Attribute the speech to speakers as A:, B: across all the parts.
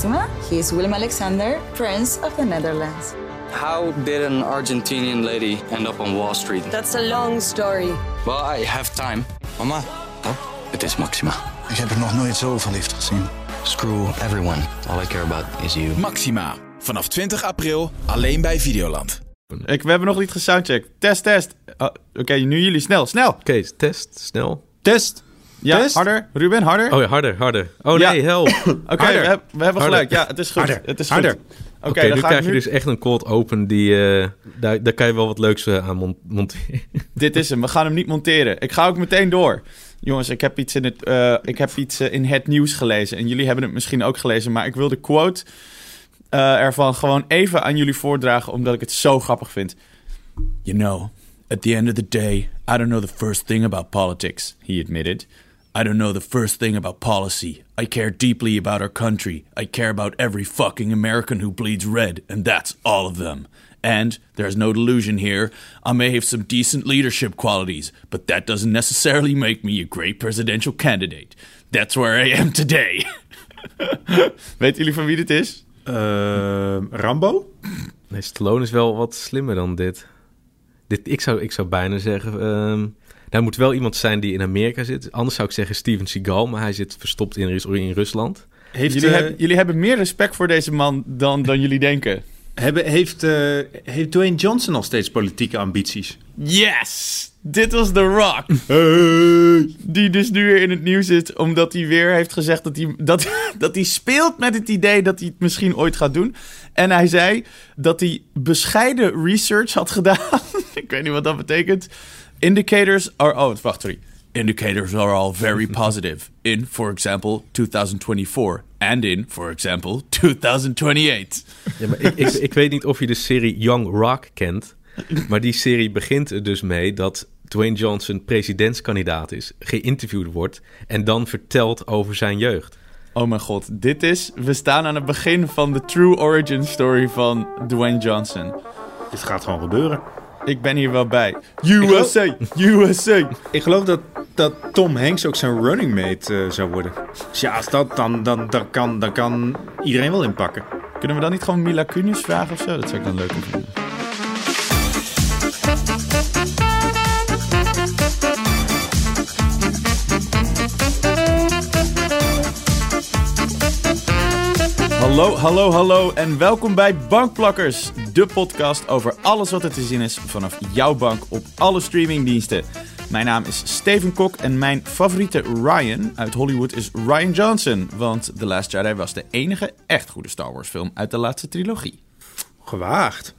A: Maxima. He is Willem-Alexander, Prince of the Netherlands.
B: How did an Argentinian lady end up on Wall Street?
C: That's a long story.
B: Well, I have time.
D: Mama,
B: Het is Maxima.
D: ik heb er nog nooit zo verliefd gezien.
B: Screw everyone. All I care about is you.
E: Maxima. Vanaf 20 april alleen bij Videoland.
F: We hebben nog niet gesoundcheckt. Test. Oké, nu jullie snel.
G: Oké, test, snel.
F: Test. Ja,
G: Test?
F: harder. Ruben, harder.
G: Oh ja, harder. Oh
F: Ja.
G: nee, help.
F: Oké, we hebben gelijk. Ja, het is goed.
G: Harder. Oké,
F: dan
G: nu
F: ga
G: krijg
F: ik
G: je dus echt een cold open die... daar kan je wel wat leuks aan monteren.
F: Dit is hem. We gaan hem niet monteren. Ik ga ook meteen door. Jongens, ik heb iets in het nieuws gelezen. En jullie hebben het misschien ook gelezen. Maar ik wil de quote ervan gewoon even aan jullie voordragen. Omdat ik het zo grappig vind. You know, at the end of the day, I don't know the first thing about politics, he admitted. I don't know the first thing about policy. I care deeply about our country. I care about every fucking American who bleeds red, and that's all of them. And there's no delusion here. I may have some decent leadership qualities, but that doesn't necessarily make me a great presidential candidate. That's where I am today. Weten jullie van wie dit is?
H: Rambo?
G: Nee, Stallone is wel wat slimmer dan dit. Ik zou bijna zeggen... Er moet wel iemand zijn die in Amerika zit. Anders zou ik zeggen Steven Seagal, maar hij zit verstopt in Rusland.
F: Jullie hebben meer respect voor deze man dan jullie denken.
H: Heeft Dwayne Johnson nog steeds politieke ambities?
F: Yes! Dit was The Rock. Die dus nu weer in het nieuws zit, omdat hij weer heeft gezegd dat hij speelt met het idee dat hij het misschien ooit gaat doen. En hij zei dat hij bescheiden research had gedaan. Ik weet niet wat dat betekent. Indicators are all very positive in, for example, 2024 and in, for example, 2028.
G: Ja, maar ik weet niet of je de serie Young Rock kent, maar die serie begint er dus mee dat Dwayne Johnson presidentskandidaat is, geïnterviewd wordt en dan vertelt over zijn jeugd.
F: Oh mijn god, we staan aan het begin van de true origin story van Dwayne Johnson.
H: Dit gaat gewoon gebeuren.
F: Ik ben hier wel bij. USA!
H: Ik geloof dat Tom Hanks ook zijn running mate zou worden. Dus ja, als dat, dan kan iedereen wel inpakken.
F: Kunnen we dan niet gewoon Mila Kunis vragen of zo? Dat zou ik dan leuk vinden. Hallo en welkom bij Bankplakkers, de podcast over alles wat er te zien is vanaf jouw bank op alle streamingdiensten. Mijn naam is Steven Kok en mijn favoriete Ryan uit Hollywood is Rian Johnson, want The Last Jedi was de enige echt goede Star Wars film uit de laatste trilogie.
H: Gewaagd.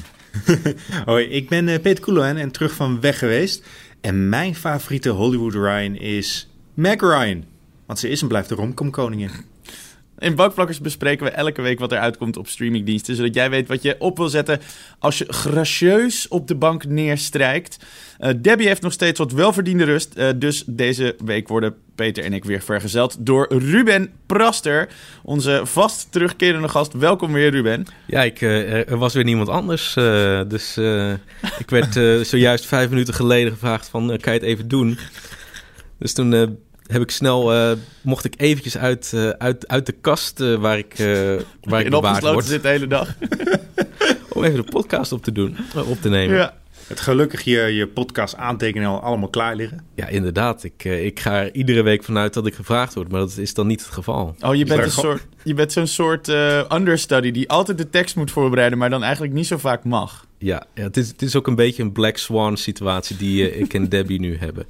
H: Hoi, ik ben Peter Koelewijn en terug van weg geweest. En mijn favoriete Hollywood Ryan is Meg Ryan, want ze is en blijft de romcom-koningin.
F: In Bankplakkers bespreken we elke week wat er uitkomt op streamingdiensten, zodat jij weet wat je op wil zetten als je gracieus op de bank neerstrijkt. Debbie heeft nog steeds wat welverdiende rust, dus deze week worden Peter en ik weer vergezeld door Ruben Praster, onze vast terugkerende gast. Welkom weer, Ruben.
G: Ja, er was weer niemand anders, dus ik werd zojuist 5 minuten geleden gevraagd van, kan je het even doen? Dus toen... heb ik snel, mocht ik eventjes uit de kast waar ik bewaard word.
F: Zit de hele dag.
G: Om even de podcast op te nemen.
F: Ja.
H: Het gelukkig je podcast aantekeningen al allemaal klaar liggen.
G: Ja, inderdaad. Ik ga er iedere week vanuit dat ik gevraagd word, maar dat is dan niet het geval.
F: Oh, je bent zo'n soort understudy die altijd de tekst moet voorbereiden, maar dan eigenlijk niet zo vaak mag.
G: Ja, het is ook een beetje een Black Swan situatie die ik en Debbie nu hebben.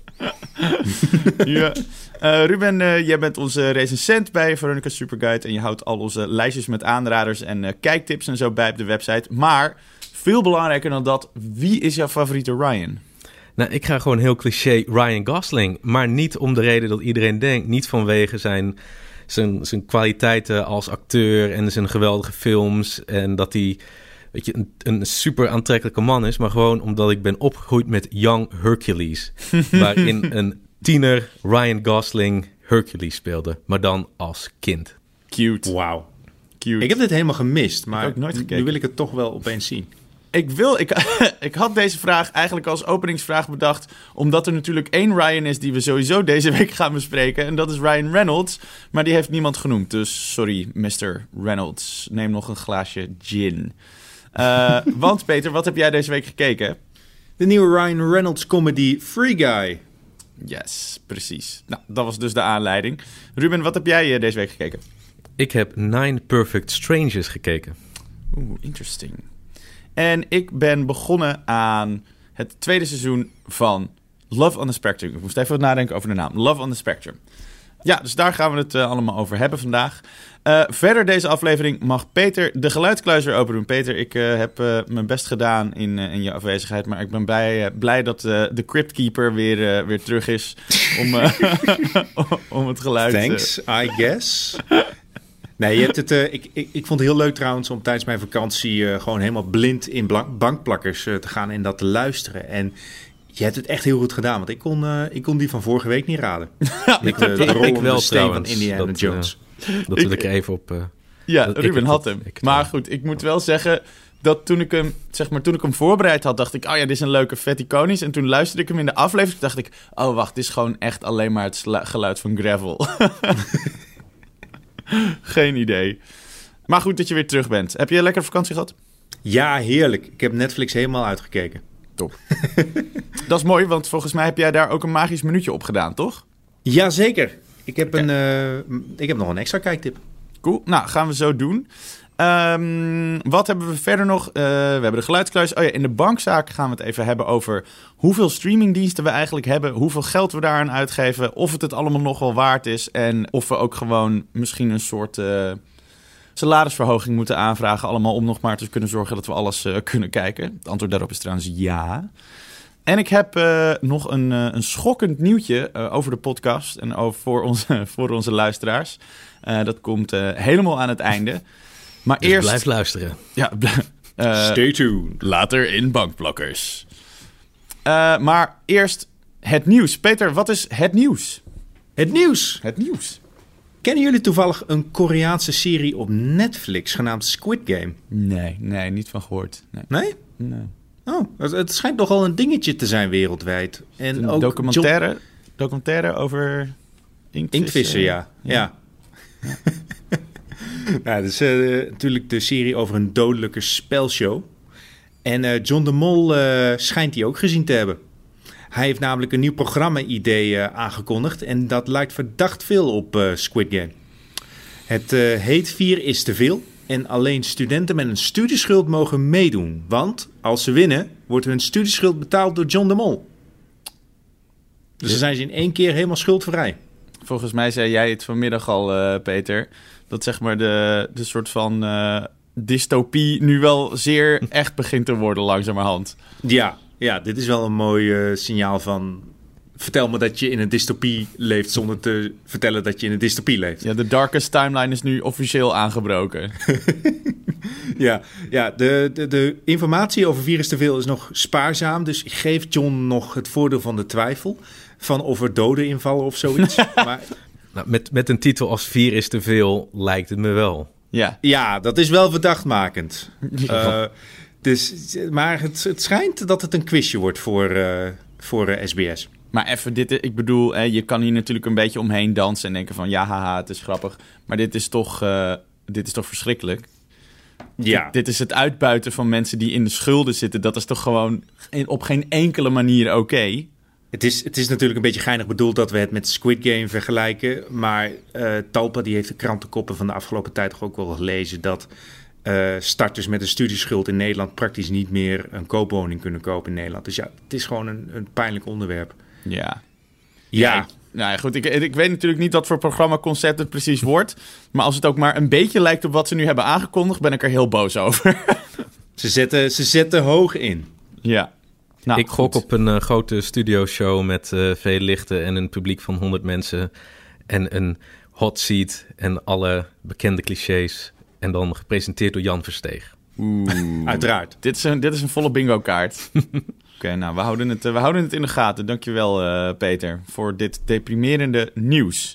F: Ja. Ruben, jij bent onze recensent bij Veronica Superguide en je houdt al onze lijstjes met aanraders en kijktips en zo bij op de website. Maar veel belangrijker dan dat, wie is jouw favoriete Ryan?
G: Nou, ik ga gewoon heel cliché Ryan Gosling, maar niet om de reden dat iedereen denkt. Niet vanwege zijn kwaliteiten als acteur en zijn geweldige films en dat hij een super aantrekkelijke man is, maar gewoon omdat ik ben opgegroeid met Young Hercules, waarin een tiener Ryan Gosling Hercules speelde, maar dan als kind.
F: Cute.
H: Wauw.
F: Cute.
H: Ik heb dit helemaal gemist, maar
F: ook nooit gekeken.
H: Nu wil ik het toch wel opeens zien.
F: Ik had deze vraag eigenlijk als openingsvraag bedacht, omdat er natuurlijk 1 Ryan is die we sowieso deze week gaan bespreken. En dat is Ryan Reynolds, maar die heeft niemand genoemd. Dus sorry, Mr. Reynolds. Neem nog een glaasje gin. Want Peter, wat heb jij deze week gekeken?
H: De nieuwe Ryan Reynolds comedy Free Guy.
F: Yes, precies. Nou, dat was dus de aanleiding. Ruben, wat heb jij deze week gekeken?
G: Ik heb 9 Perfect Strangers gekeken.
F: Oeh, interesting. En ik ben begonnen aan het tweede seizoen van Love on the Spectrum. Ik moest even nadenken over de naam. Love on the Spectrum. Ja, dus daar gaan we het allemaal over hebben vandaag. Verder deze aflevering mag Peter de geluidskluis weer open doen. Peter, ik heb mijn best gedaan in je afwezigheid. Maar ik ben blij dat de Cryptkeeper weer terug is om het geluid...
H: Thanks, I guess. Nee, je hebt het, ik vond het heel leuk trouwens om tijdens mijn vakantie gewoon helemaal blind in bankplakkers te gaan en dat te luisteren. En je hebt het echt heel goed gedaan, want ik kon die van vorige week niet raden. De rol
G: ik
H: om
G: wel
H: de steen van
G: trouwens,
H: Indiana Jones.
G: Dat wil ik er even op...
F: Ja, Ruben had hem. Maar goed, ik moet wel zeggen dat toen ik hem voorbereid had, dacht ik, oh ja, dit is een leuke vet iconisch. En toen luisterde ik hem in de aflevering, dacht ik, oh wacht, dit is gewoon echt alleen maar het geluid van Gravel. Geen idee. Maar goed dat je weer terug bent. Heb je een lekkere vakantie gehad?
H: Ja, heerlijk. Ik heb Netflix helemaal uitgekeken.
F: Top. Dat is mooi, want volgens mij heb jij daar ook een magisch minuutje op gedaan, toch?
H: Jazeker. Ik heb nog een extra kijktip.
F: Cool. Nou, gaan we zo doen. Wat hebben we verder nog? We hebben de geluidskluis. Oh ja, in de bankzaak gaan we het even hebben over hoeveel streamingdiensten we eigenlijk hebben. Hoeveel geld we daaraan uitgeven. Of het allemaal nog wel waard is. En of we ook gewoon misschien een soort salarisverhoging moeten aanvragen. Allemaal om nog maar te kunnen zorgen dat we alles kunnen kijken. Het antwoord daarop is trouwens ja. En ik heb nog een schokkend nieuwtje over de podcast. En voor onze luisteraars. Dat komt helemaal aan het einde. Maar
G: dus
F: eerst...
G: blijf luisteren.
F: Ja,
H: Stay tuned.
F: Later in Bankplakkers. Maar eerst het nieuws. Peter, wat is het nieuws?
H: Het nieuws.
F: Het nieuws.
H: Kennen jullie toevallig een Koreaanse serie op Netflix genaamd Squid Game?
F: Nee, niet van gehoord. Nee?
H: Oh, het schijnt nogal een dingetje te zijn wereldwijd. En
F: een
H: ook
F: documentaire over
H: inktvissen, ja. Nou, dat is natuurlijk de serie over een dodelijke spelshow. En John de Mol schijnt die ook gezien te hebben. Hij heeft namelijk een nieuw programma-idee aangekondigd. En dat lijkt verdacht veel op Squid Game. Het heet 4 is te veel. En alleen studenten met een studieschuld mogen meedoen. Want als ze winnen, wordt hun studieschuld betaald door John de Mol. Dus dan zijn ze in 1 keer helemaal schuldvrij.
F: Volgens mij zei jij het vanmiddag al, Peter. Dat zeg maar de soort van dystopie nu wel zeer echt begint te worden langzamerhand.
H: Ja, dit is wel een mooi signaal van... Vertel me dat je in een dystopie leeft zonder te vertellen dat je in een dystopie leeft.
F: Ja, de darkest timeline is nu officieel aangebroken.
H: Ja, de informatie over virus te veel is nog spaarzaam. Dus ik geef John nog het voordeel van de twijfel. Van of er doden invallen of zoiets. Maar...
G: Nou, met een titel als 4 is te veel lijkt het me wel.
H: Ja, dat is wel verdachtmakend. Maar het schijnt dat het een quizje wordt voor SBS. Maar
F: even dit, ik bedoel, je kan hier natuurlijk een beetje omheen dansen en denken van ja, haha, het is grappig. Maar dit is toch verschrikkelijk.
H: Ja.
F: Dit is het uitbuiten van mensen die in de schulden zitten. Dat is toch gewoon op geen enkele manier oké.
H: Het is natuurlijk een beetje geinig bedoeld dat we het met Squid Game vergelijken. Maar Talpa die heeft de krantenkoppen van de afgelopen tijd toch ook wel gelezen dat starters met een studieschuld in Nederland praktisch niet meer een koopwoning kunnen kopen in Nederland. Dus ja, het is gewoon een pijnlijk onderwerp.
F: Ja.
H: Nou
F: ja, goed. Ik weet natuurlijk niet wat voor programmaconcept het precies wordt. Maar als het ook maar een beetje lijkt op wat ze nu hebben aangekondigd, ben ik er heel boos over.
H: Ze zetten hoog in.
F: Ja. Nou,
G: ik gok op een grote studioshow met veel lichten en een publiek van 100 mensen. En een hot seat en alle bekende clichés. En dan gepresenteerd door Jan Versteeg.
H: Uiteraard.
F: Dit is een volle bingo kaart. Oké, nou, we houden het in de gaten. Dankjewel, Peter, voor dit deprimerende nieuws.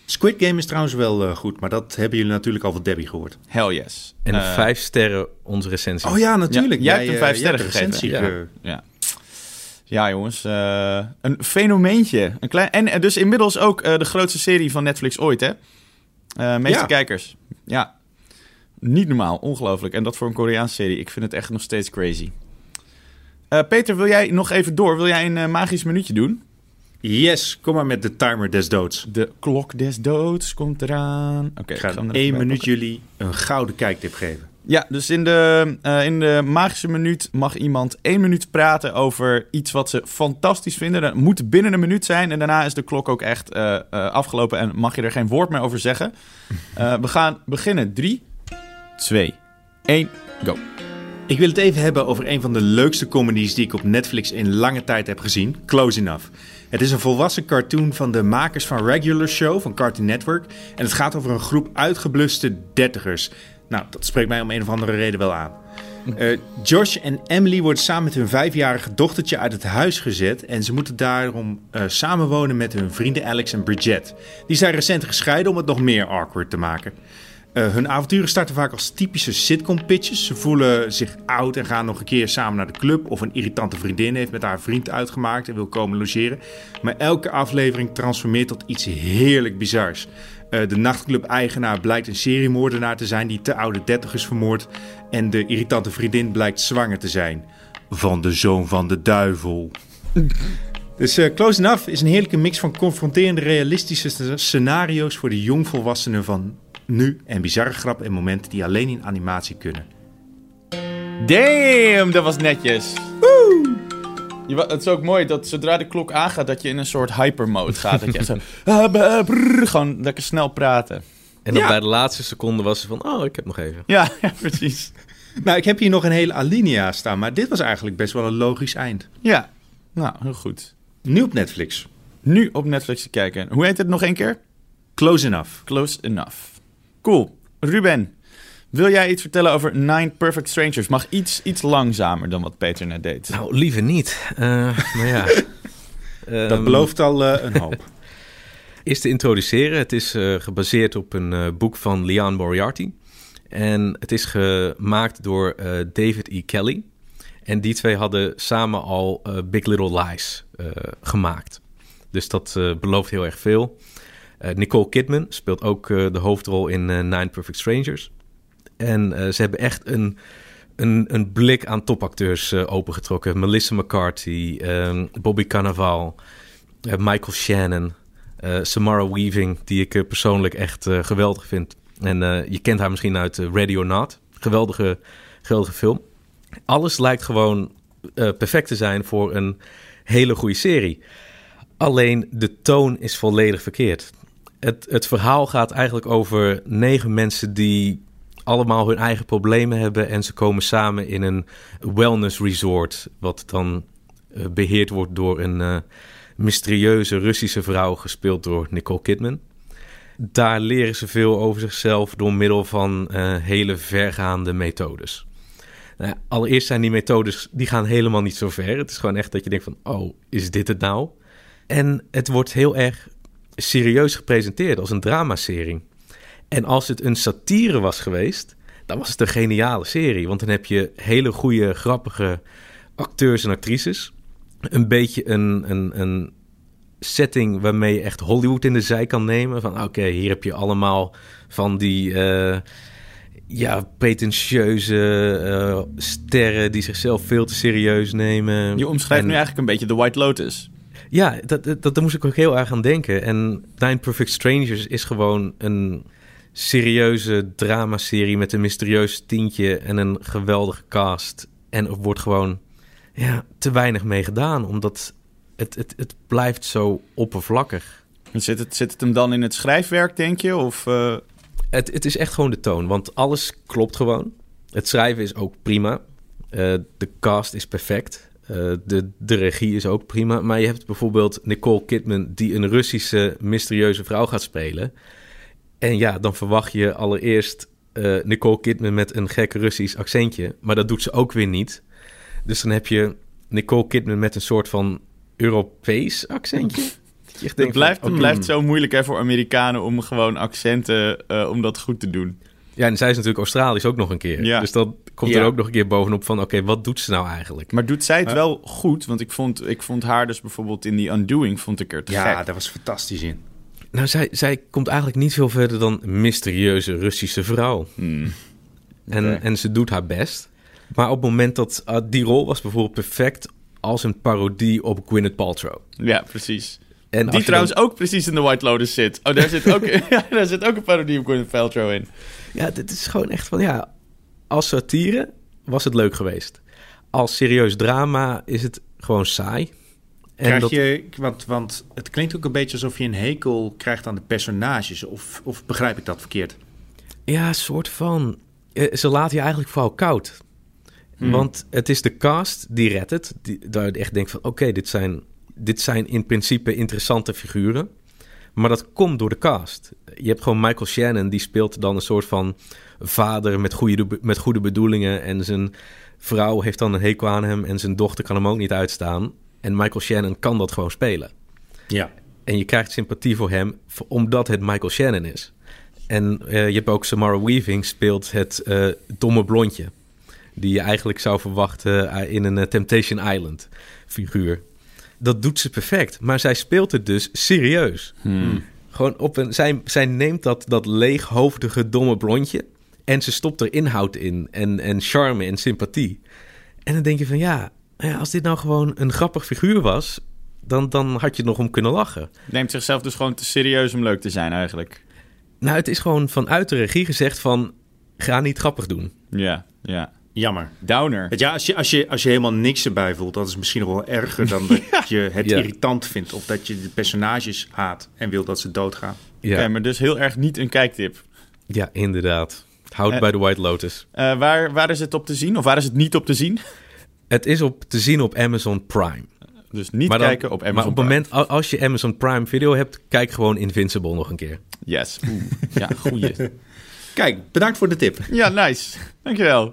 H: Squid Game is trouwens wel goed, maar dat hebben jullie natuurlijk al van Debbie gehoord.
F: Hell yes.
G: En 5 sterren onze recensie.
H: Oh ja, natuurlijk.
F: Jij hebt hem 5 sterren gegeven. Ja, jongens. Een fenomeentje. En dus inmiddels ook de grootste serie van Netflix ooit, hè? Meeste kijkers. Ja. Niet normaal. Ongelooflijk. En dat voor een Koreaanse serie. Ik vind het echt nog steeds crazy. Peter, wil jij nog even door? Wil jij een magisch minuutje doen?
H: Yes, kom maar met de timer des doods.
F: De klok des doods komt eraan. Oké,
H: ik ga in 1 minuut jullie een gouden kijktip geven.
F: Ja, dus in de magische minuut mag iemand 1 minuut praten over iets wat ze fantastisch vinden. Dat moet binnen een minuut zijn en daarna is de klok ook echt afgelopen en mag je er geen woord meer over zeggen. We gaan beginnen. 3, 2, 1, go.
H: Ik wil het even hebben over een van de leukste comedies die ik op Netflix in lange tijd heb gezien. Close Enough. Het is een volwassen cartoon van de makers van Regular Show van Cartoon Network. En het gaat over een groep uitgebluste dertigers. Nou, dat spreekt mij om een of andere reden wel aan. Josh en Emily worden samen met hun 5-jarige dochtertje uit het huis gezet. En ze moeten daarom samenwonen met hun vrienden Alex en Bridget. Die zijn recent gescheiden om het nog meer awkward te maken. Hun avonturen starten vaak als typische sitcom-pitches. Ze voelen zich oud en gaan nog een keer samen naar de club. Of een irritante vriendin heeft met haar vriend uitgemaakt en wil komen logeren. Maar elke aflevering transformeert tot iets heerlijk bizars. De nachtclub-eigenaar blijkt een seriemoordenaar te zijn die te oude dertigers vermoordt. En de irritante vriendin blijkt zwanger te zijn. Van de zoon van de duivel. Dus Close Enough is een heerlijke mix van confronterende realistische scenario's voor de jongvolwassenen van nu en bizarre grappen en momenten die alleen in animatie kunnen.
F: Damn, dat was netjes. Woe! Het is ook mooi dat zodra de klok aangaat dat je in een soort hypermode gaat. Dat je echt zo gewoon lekker snel praten.
G: En dan bij de laatste seconde was ze van, ik heb nog even.
F: Ja, precies.
H: Nou, ik heb hier nog een hele alinea staan, maar dit was eigenlijk best wel een logisch eind.
F: Ja, nou, heel goed.
H: Nu op Netflix.
F: Nu op Netflix te kijken. Hoe heet het nog 1 keer?
H: Close Enough.
F: Close Enough. Cool. Ruben, wil jij iets vertellen over 9 Perfect Strangers? Mag iets langzamer dan wat Peter net deed.
G: Nou, liever niet. Maar ja.
H: Dat belooft al een hoop.
G: Is te introduceren. Het is gebaseerd op een boek van Liane Moriarty. En het is gemaakt door David E. Kelly. En die twee hadden samen al Big Little Lies gemaakt. Dus dat belooft heel erg veel. Nicole Kidman speelt ook de hoofdrol in 9 Perfect Strangers. En ze hebben echt een blik aan topacteurs opengetrokken. Melissa McCarthy, Bobby Cannavale, Michael Shannon, Samara Weaving, die ik persoonlijk echt geweldig vind. En je kent haar misschien uit Ready or Not. Geweldige film. Alles lijkt gewoon perfect te zijn voor een hele goede serie. Alleen de toon is volledig verkeerd. Het verhaal gaat eigenlijk over 9 mensen die allemaal hun eigen problemen hebben. En ze komen samen in een wellness resort. Wat dan beheerd wordt door een mysterieuze Russische vrouw gespeeld door Nicole Kidman. Daar leren ze veel over zichzelf door middel van hele vergaande methodes. Nou ja, allereerst zijn die methodes, die gaan helemaal niet zo ver. Het is gewoon echt dat je denkt van, is dit het nou? En het wordt heel erg serieus gepresenteerd als een dramaserie. En als het een satire was geweest, dan was het een geniale serie. Want dan heb je hele goede, grappige acteurs en actrices. Een beetje een setting waarmee je echt Hollywood in de zij kan nemen. Van oké, hier heb je allemaal van die pretentieuze sterren die zichzelf veel te serieus nemen.
F: Je omschrijft nu eigenlijk een beetje The White Lotus.
G: Ja, daar moest ik ook heel erg aan denken. En 9 Perfect Strangers is gewoon een serieuze dramaserie met een mysterieus tintje en een geweldige cast. En er wordt gewoon te weinig mee gedaan, omdat het blijft zo oppervlakkig.
F: Zit het hem dan in het schrijfwerk, denk je? Of,
G: Het is echt gewoon de toon, want alles klopt gewoon. Het schrijven is ook prima. De cast is perfect. De regie is ook prima. Maar je hebt bijvoorbeeld Nicole Kidman die een Russische mysterieuze vrouw gaat spelen. En ja, dan verwacht je allereerst Nicole Kidman met een gek Russisch accentje. Maar dat doet ze ook weer niet. Dus dan heb je Nicole Kidman met een soort van Europees accentje.
F: Het blijft zo moeilijk hè, voor Amerikanen om gewoon accenten, om dat goed te doen.
G: Ja, en zij is natuurlijk Australisch ook nog een keer. Ja. Dus dat komt er ook nog een keer bovenop van... oké, wat doet ze nou eigenlijk?
F: Maar doet zij het wel goed? Want ik vond haar dus bijvoorbeeld in die Undoing... vond ik er te gek.
H: Ja, daar was fantastisch in.
G: Nou, zij komt eigenlijk niet veel verder dan een mysterieuze Russische vrouw. En ze doet haar best. Maar op het moment dat... die rol was bijvoorbeeld perfect... als een parodie op Gwyneth Paltrow.
F: Ja, precies. En die trouwens ook precies in The White Lotus zit. Oh, daar zit ook een parodie op Gwyneth Paltrow in.
G: Ja, dit is gewoon echt van... ja, als satire was het leuk geweest. Als serieus drama is het gewoon saai.
H: Want het klinkt ook een beetje alsof je een hekel krijgt aan de personages. Of begrijp ik dat verkeerd?
G: Ja, soort van... ze laten je eigenlijk vooral koud. Want het is de cast die redt het. Daar je echt denkt van... oké, dit zijn in principe interessante figuren. Maar dat komt door de cast. Je hebt gewoon Michael Shannon, die speelt dan een soort van vader met goede bedoelingen. En zijn vrouw heeft dan een hekel aan hem en zijn dochter kan hem ook niet uitstaan. En Michael Shannon kan dat gewoon spelen. Ja. En je krijgt sympathie voor hem omdat het Michael Shannon is. En je hebt ook Samara Weaving speelt het domme blondje. Die je eigenlijk zou verwachten in een Temptation Island figuur. Dat doet ze perfect. Maar zij speelt het dus serieus. Gewoon zij neemt dat leeghoofdige domme blondje... en ze stopt er inhoud in en charme en sympathie. En dan denk je van ja, als dit nou gewoon een grappig figuur was... dan had je nog om kunnen lachen.
F: Neemt zichzelf dus gewoon te serieus om leuk te zijn eigenlijk.
G: Nou, het is gewoon vanuit de regie gezegd van... ga niet grappig doen.
F: Ja.
H: Jammer.
F: Downer.
H: Ja, als je helemaal niks erbij voelt... dat is misschien nog wel erger dan dat je het irritant vindt... of dat je de personages haat en wil dat ze doodgaan.
F: Ja. Oké, maar dus heel erg niet een kijktip.
G: Ja, inderdaad. Houd bij The White Lotus.
F: Waar is het op te zien? Of waar is het niet op te zien?
G: Het is te zien op Amazon Prime.
F: Dus niet kijken op Amazon Prime.
G: Maar op het moment als je Amazon Prime Video hebt... kijk gewoon Invincible nog een keer.
F: Yes. Ja, goeie.
H: Kijk, bedankt voor de tip.
F: Ja, nice. Dankjewel.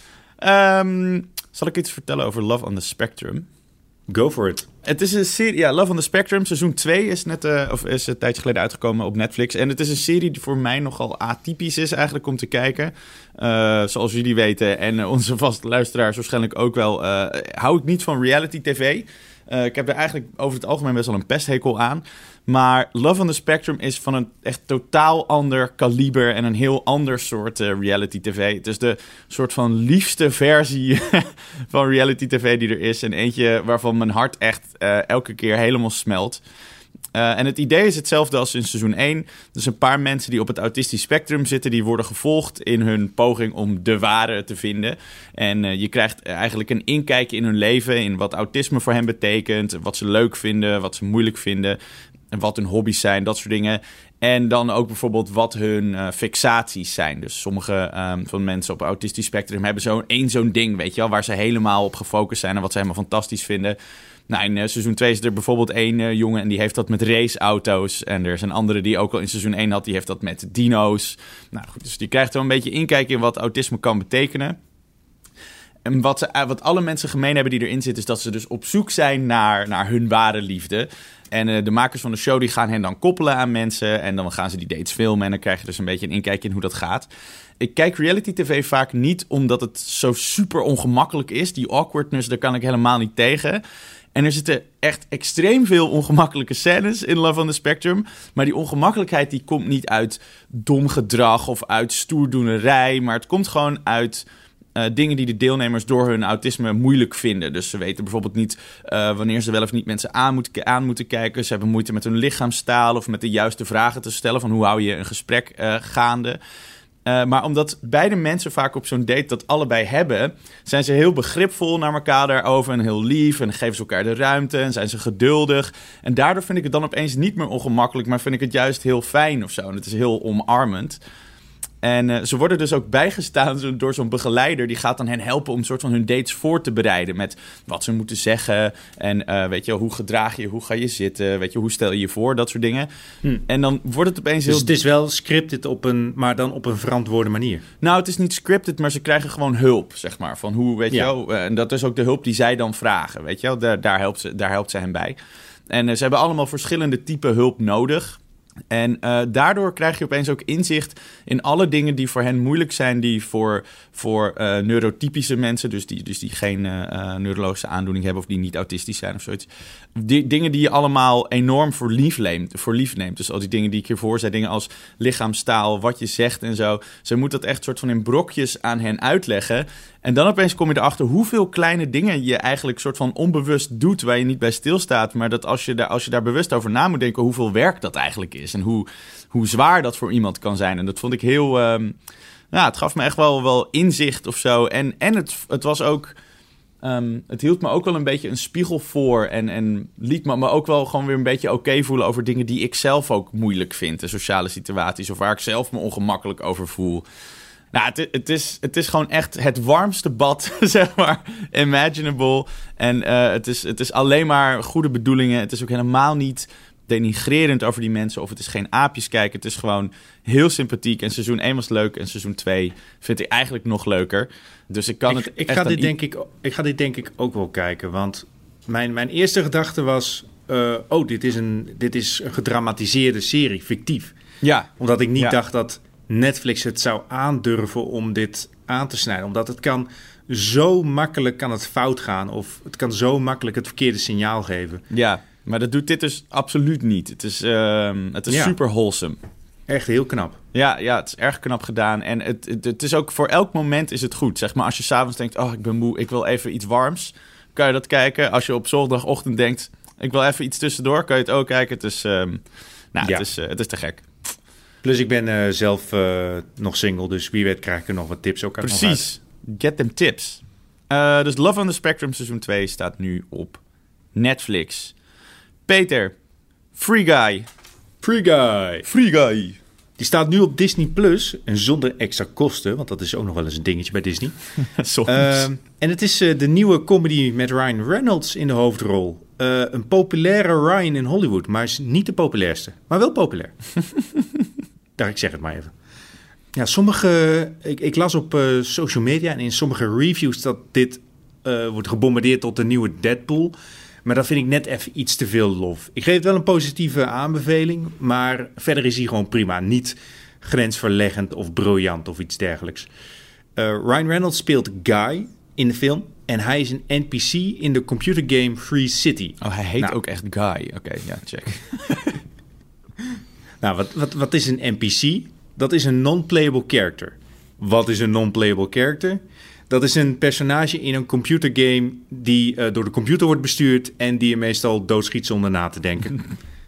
F: Zal ik iets vertellen over Love on the Spectrum?
H: Go for it.
F: Het is een serie, ja, Love on the Spectrum. Seizoen 2 is een tijdje geleden uitgekomen op Netflix. En het is een serie die voor mij nogal atypisch is eigenlijk om te kijken. Zoals jullie weten en onze vaste luisteraars waarschijnlijk ook wel... hou ik niet van reality tv. Ik heb er eigenlijk over het algemeen best wel een pesthekel aan. Maar Love on the Spectrum is van een echt totaal ander kaliber... en een heel ander soort reality tv. Het is de soort van liefste versie van reality tv die er is. En eentje waarvan mijn hart echt elke keer helemaal smelt. En het idee is hetzelfde als in seizoen 1. Dus een paar mensen die op het autistisch spectrum zitten... die worden gevolgd in hun poging om de ware te vinden. En je krijgt eigenlijk een inkijkje in hun leven... in wat autisme voor hen betekent... wat ze leuk vinden, wat ze moeilijk vinden... en wat hun hobby's zijn, dat soort dingen. En dan ook bijvoorbeeld wat hun fixaties zijn. Dus sommige van mensen op het autistisch spectrum... hebben zo'n ding, weet je wel... waar ze helemaal op gefocust zijn... en wat ze helemaal fantastisch vinden... Nou, in seizoen 2 is er bijvoorbeeld één jongen... en die heeft dat met raceauto's. En er is een andere die ook al in seizoen 1 had... die heeft dat met dino's. Nou goed, dus die krijgt wel een beetje inkijken... in wat autisme kan betekenen. En wat alle mensen gemeen hebben die erin zitten... is dat ze dus op zoek zijn naar hun ware liefde. En de makers van de show die gaan hen dan koppelen aan mensen... en dan gaan ze die dates filmen... en dan krijg je dus een beetje een inkijkje in hoe dat gaat. Ik kijk reality tv vaak niet omdat het zo super ongemakkelijk is. Die awkwardness, daar kan ik helemaal niet tegen... En er zitten echt extreem veel ongemakkelijke scènes in Love on the Spectrum. Maar die ongemakkelijkheid die komt niet uit dom gedrag of uit stoerdoenerij. Maar het komt gewoon uit dingen die de deelnemers door hun autisme moeilijk vinden. Dus ze weten bijvoorbeeld niet wanneer ze wel of niet mensen aan moeten kijken. Ze hebben moeite met hun lichaamstaal of met de juiste vragen te stellen. Van hoe hou je een gesprek gaande. Maar omdat beide mensen vaak op zo'n date dat allebei hebben... zijn ze heel begripvol naar elkaar daarover en heel lief... en geven ze elkaar de ruimte en zijn ze geduldig. En daardoor vind ik het dan opeens niet meer ongemakkelijk... maar vind ik het juist heel fijn of zo. En het is heel omarmend. En ze worden dus ook bijgestaan door zo'n begeleider... die gaat dan hen helpen om een soort van hun dates voor te bereiden... met wat ze moeten zeggen en weet je, hoe gedraag je, hoe ga je zitten... weet je, hoe stel je je voor, dat soort dingen. En dan wordt het opeens heel...
H: Dus het is wel scripted maar dan op een verantwoorde manier?
F: Nou, het is niet scripted, maar ze krijgen gewoon hulp, zeg maar. Van hoe, weet je wel, en dat is ook de hulp die zij dan vragen, weet je wel. Daar helpt ze hen bij. En ze hebben allemaal verschillende typen hulp nodig. En daardoor krijg je opeens ook inzicht in alle dingen die voor hen moeilijk zijn, die voor neurotypische mensen, dus die geen neurologische aandoening hebben of die niet autistisch zijn of zoiets. Die dingen die je allemaal enorm voor lief neemt. Dus al die dingen die ik hiervoor zei, dingen als lichaamstaal, wat je zegt en zo. Ze moet dat echt soort van in brokjes aan hen uitleggen. En dan opeens kom je erachter hoeveel kleine dingen je eigenlijk soort van onbewust doet, waar je niet bij stilstaat. Maar dat als je daar bewust over na moet denken, hoeveel werk dat eigenlijk is. En hoe zwaar dat voor iemand kan zijn. En dat vond ik heel... het gaf me echt wel inzicht of zo. En het was ook... het hield me ook wel een beetje een spiegel voor. En liet me ook wel gewoon weer een beetje oké voelen over dingen die ik zelf ook moeilijk vind. De sociale situaties of waar ik zelf me ongemakkelijk over voel. Nou, het is gewoon echt het warmste bad, zeg maar, imaginable. En het is alleen maar goede bedoelingen. Het is ook helemaal niet denigrerend over die mensen of het is geen aapjes kijken. Het is gewoon heel sympathiek. En seizoen 1 was leuk en seizoen 2 vind ik eigenlijk nog leuker. Dus ik ga
H: dit denk ik ook wel kijken. Want mijn eerste gedachte was... dit is een gedramatiseerde serie, fictief.
F: Ja.
H: Omdat ik niet dacht dat Netflix het zou aandurven om dit aan te snijden. Omdat het kan zo makkelijk kan het fout gaan. Of het kan zo makkelijk het verkeerde signaal geven.
F: Ja, maar dat doet dit dus absoluut niet. Het is super wholesome.
H: Echt heel knap.
F: Ja, het is erg knap gedaan. En het is ook voor elk moment is het goed. Zeg maar als je 's avonds denkt, ik ben moe, ik wil even iets warms. Kan je dat kijken. Als je op zondagochtend denkt, ik wil even iets tussendoor, kan je het ook kijken. Het is te gek.
H: Plus ik ben zelf nog single, dus wie weet krijg ik er nog wat tips ook uit.
F: Precies, get them tips. Dus Love on the Spectrum seizoen 2 staat nu op Netflix. Peter, Free Guy. Die staat nu op Disney Plus en zonder extra kosten, want dat is ook nog wel eens een dingetje bij Disney. En het is de nieuwe comedy met Ryan Reynolds in de hoofdrol. Een populaire Ryan in Hollywood, maar is niet de populairste, maar wel populair. Ik zeg het maar even. Ja, ik las op social media en in sommige reviews dat dit wordt gebombardeerd tot de nieuwe Deadpool. Maar dat vind ik net even iets te veel lof. Ik geef het wel een positieve aanbeveling, maar verder is hij gewoon prima. Niet grensverleggend of briljant of iets dergelijks. Ryan Reynolds speelt Guy in de film en hij is een NPC in de computergame Free City. Oh, hij heet ook echt Guy. Oké, ja, check.
H: Nou, wat is een NPC? Dat is een non-playable character. Wat is een non-playable character? Dat is een personage in een computergame die door de computer wordt bestuurd en die je meestal doodschiet zonder na te denken.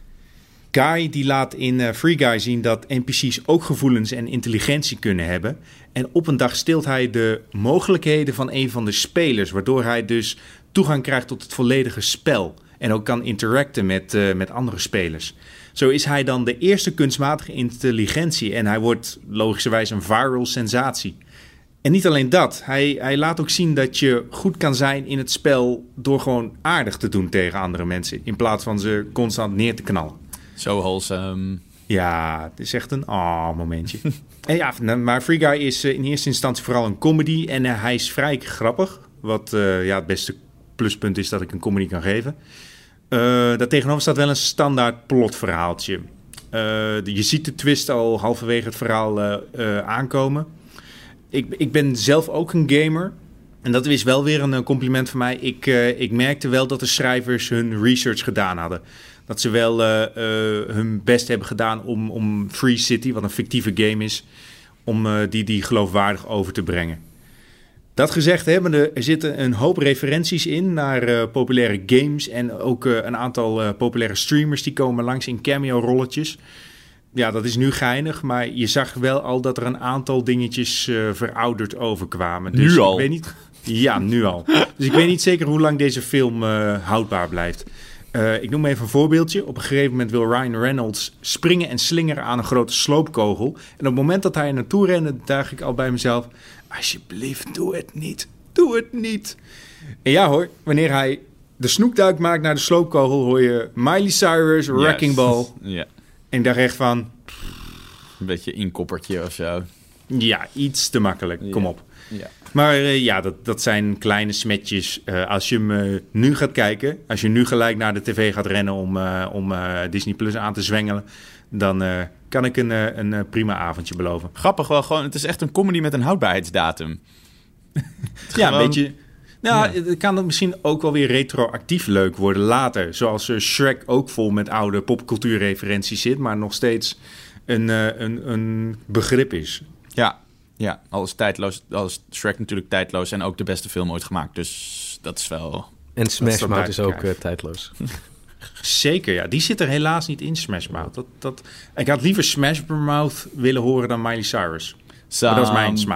H: Guy die laat in Free Guy zien dat NPC's ook gevoelens en intelligentie kunnen hebben. En op een dag steelt hij de mogelijkheden van een van de spelers, waardoor hij dus toegang krijgt tot het volledige spel en ook kan interacten met andere spelers. Zo is hij dan de eerste kunstmatige intelligentie en hij wordt logischerwijs een viral sensatie. En niet alleen dat, hij laat ook zien dat je goed kan zijn in het spel door gewoon aardig te doen tegen andere mensen, in plaats van ze constant neer te knallen.
F: Zo wholesome.
H: Ja, het is echt een momentje. En ja, maar Free Guy is in eerste instantie vooral een comedy en hij is vrij grappig. Wat het beste pluspunt is dat ik een comedy kan geven. Daartegenover staat wel een standaard plotverhaaltje. Je ziet de twist al halverwege het verhaal aankomen. Ik ben zelf ook een gamer. En dat is wel weer een compliment van mij. Ik merkte wel dat de schrijvers hun research gedaan hadden. Dat ze wel hun best hebben gedaan om Free City, wat een fictieve game is, om die geloofwaardig over te brengen. Dat gezegd hebbende, er zitten een hoop referenties in naar populaire games en ook een aantal populaire streamers die komen langs in cameo-rolletjes. Ja, dat is nu geinig, maar je zag wel al dat er een aantal dingetjes verouderd overkwamen. Dus
F: nu al?
H: Ik weet niet, ja, nu al. Dus ik weet niet zeker hoe lang deze film houdbaar blijft. Ik noem even een voorbeeldje. Op een gegeven moment wil Ryan Reynolds springen en slingeren aan een grote sloopkogel. En op het moment dat hij er naartoe rende, dacht ik al bij mezelf, alsjeblieft, doe het niet. Doe het niet. En ja hoor, wanneer hij de snoekduik maakt naar de sloopkogel, hoor je Miley Cyrus, Wrecking Ball.
F: Ja.
H: En ik dacht echt van,
F: een beetje inkoppertje of zo.
H: Ja, iets te makkelijk. Kom op.
F: Ja.
H: Maar dat zijn kleine smetjes. Als je hem nu gaat kijken, als je nu gelijk naar de tv gaat rennen om Disney Plus aan te zwengelen, dan kan ik een prima avondje beloven.
F: Grappig wel gewoon. Het is echt een comedy met een houdbaarheidsdatum.
H: Ja, een beetje. Nou, het kan dan misschien ook wel weer retroactief leuk worden later. Zoals Shrek ook vol met oude popcultuurreferenties zit, maar nog steeds een begrip is.
F: Ja, alles tijdloos. Alles Shrek natuurlijk tijdloos en ook de beste film ooit gemaakt. Dus dat is wel...
G: En Smash Mouth is ook tijdloos.
H: Zeker, ja. Die zit er helaas niet in, Smash Mouth. Ik had liever Smash Mouth willen horen dan Miley Cyrus. Maar dat is mijn smaak.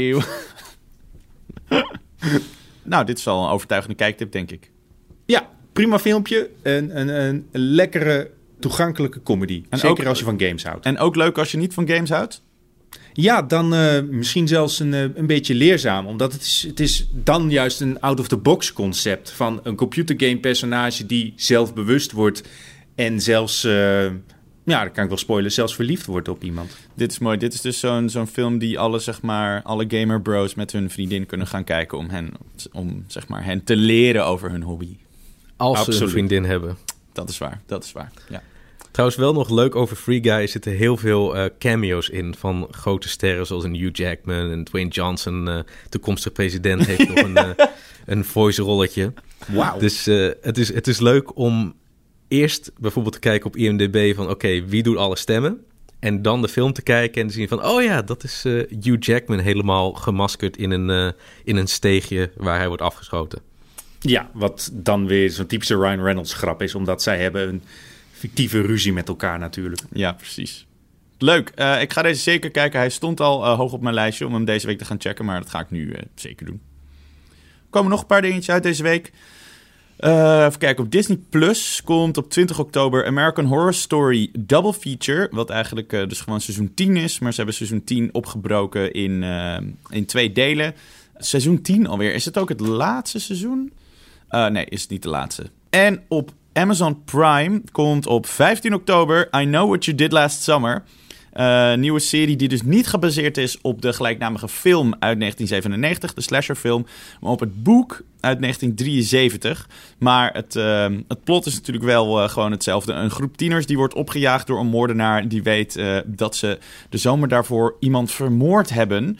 F: Nou, dit is wel een overtuigende kijktip, denk ik.
H: Ja, prima filmpje. Een lekkere, toegankelijke comedy. En zeker ook, als je van games houdt.
F: En ook leuk als je niet van games houdt?
H: Ja, dan misschien zelfs een beetje leerzaam. Omdat het is dan juist een out-of-the-box concept van een computergame personage die zelfbewust wordt en zelfs, dat kan ik wel spoilen, zelfs verliefd wordt op iemand.
F: Dit is mooi. Dit is dus zo'n film die alle gamer bros met hun vriendin kunnen gaan kijken om hen te leren over hun hobby.
G: Als ze een vriendin hebben.
F: Dat is waar, ja.
G: Trouwens, wel nog leuk over Free Guy zitten heel veel cameo's in van grote sterren zoals een Hugh Jackman en Dwayne Johnson, toekomstig president, heeft nog een voice rolletje.
H: Wauw.
G: Dus het is leuk om eerst bijvoorbeeld te kijken op IMDb van oké, wie doet alle stemmen? En dan de film te kijken en te zien van oh ja, dat is Hugh Jackman helemaal gemaskerd in een steegje waar hij wordt afgeschoten.
H: Ja, wat dan weer zo'n typische Ryan Reynolds grap is, omdat zij hebben een fictieve ruzie met elkaar natuurlijk.
F: Ja, precies. Leuk. Ik ga deze zeker kijken. Hij stond al hoog op mijn lijstje om hem deze week te gaan checken, maar dat ga ik nu zeker doen. Er komen nog een paar dingetjes uit deze week. Even kijken. Op Disney Plus komt op 20 oktober American Horror Story Double Feature, wat eigenlijk dus gewoon seizoen 10 is, maar ze hebben seizoen 10 opgebroken in 2 delen. Seizoen 10 alweer. Is het ook het laatste seizoen? Nee, is het niet de laatste. En op Amazon Prime komt op 15 oktober I Know What You Did Last Summer. Nieuwe serie die dus niet gebaseerd is op de gelijknamige film uit 1997, de slasherfilm, maar op het boek uit 1973. Maar het plot is natuurlijk wel gewoon hetzelfde. Een groep tieners die wordt opgejaagd door een moordenaar die weet dat ze de zomer daarvoor iemand vermoord hebben.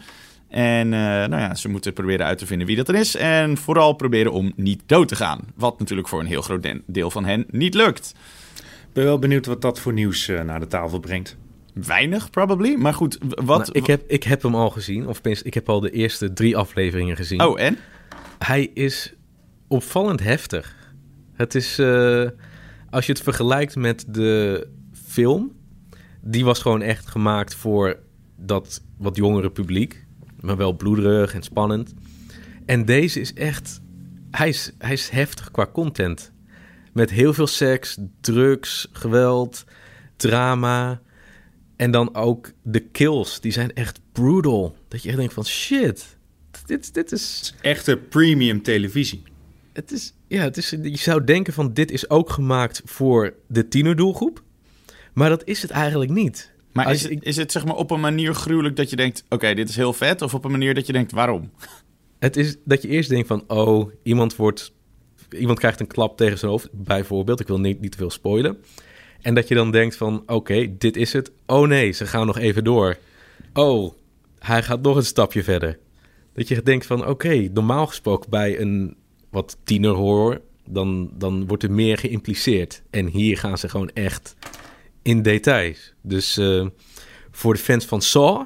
F: En ze moeten proberen uit te vinden wie dat dan is. En vooral proberen om niet dood te gaan. Wat natuurlijk voor een heel groot deel van hen niet lukt.
H: Ik ben wel benieuwd wat dat voor nieuws naar de tafel brengt.
F: Weinig, probably. Maar goed, wat...
G: Nou, ik heb hem al gezien. Of tenminste, ik heb al de eerste 3 afleveringen gezien.
F: Oh, en?
G: Hij is opvallend heftig. Het is... als je het vergelijkt met de film... Die was gewoon echt gemaakt voor dat wat jongere publiek. Maar wel bloederig en spannend. En deze is echt... Hij is heftig qua content. Met heel veel seks, drugs, geweld, drama. En dan ook de kills. Die zijn echt brutal. Dat je echt denkt van shit. Dit is...
H: Echte premium televisie.
G: Het is... Je zou denken van dit is ook gemaakt voor de tienerdoelgroep. Maar dat is het eigenlijk niet.
F: Maar is het zeg maar op een manier gruwelijk dat je denkt... Oké, dit is heel vet. Of op een manier dat je denkt, waarom?
G: Het is dat je eerst denkt van... Oh, iemand krijgt een klap tegen zijn hoofd. Bijvoorbeeld. Ik wil niet te veel spoilen. En dat je dan denkt van... Oké, dit is het. Oh nee, ze gaan nog even door. Oh, hij gaat nog een stapje verder. Dat je denkt van... Oké, normaal gesproken bij een wat tienerhorror... Dan wordt er meer geïmpliceerd. En hier gaan ze gewoon echt... in details. Dus voor de fans van Saw...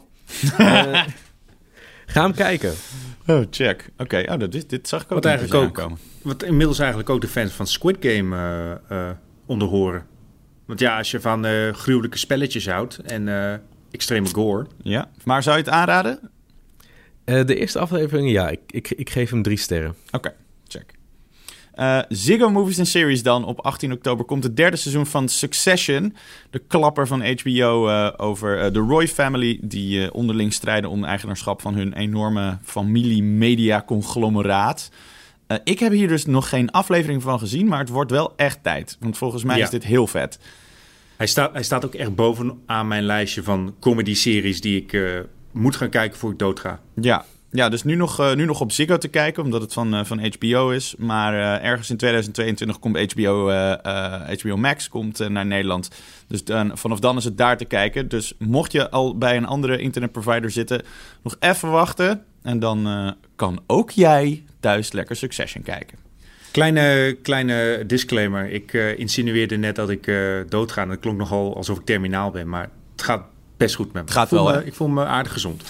G: ga hem kijken.
F: Oh, check. Oké, dit zag ik ook aankomen.
H: Wat inmiddels eigenlijk ook de fans van Squid Game onderhoren. Want ja, als je van gruwelijke spelletjes houdt... en extreme gore...
F: Ja, maar zou je het aanraden?
G: De eerste aflevering, ja. Ik geef hem 3 sterren.
F: Oké, check. Ziggo Movies and Series dan. Op 18 oktober komt het 3e seizoen van Succession. De klapper van HBO over de Roy family... die onderling strijden om eigenaarschap van hun enorme familie-media-conglomeraat. Ik heb hier dus nog geen aflevering van gezien... maar het wordt wel echt tijd. Want volgens mij is dit heel vet.
H: Hij staat ook echt bovenaan mijn lijstje van comedy-series... die ik moet gaan kijken voor ik doodga.
F: Ja, dus nu nog op Ziggo te kijken, omdat het van HBO is. Maar ergens in 2022 komt HBO Max naar Nederland. Dus vanaf dan is het daar te kijken. Dus mocht je al bij een andere internetprovider zitten, nog even wachten. En dan kan ook jij thuis lekker Succession kijken.
H: Kleine disclaimer. Ik insinueerde net dat ik doodga. En dat klonk nogal alsof ik terminaal ben. Maar het gaat best goed met me. Ik voel me aardig gezond.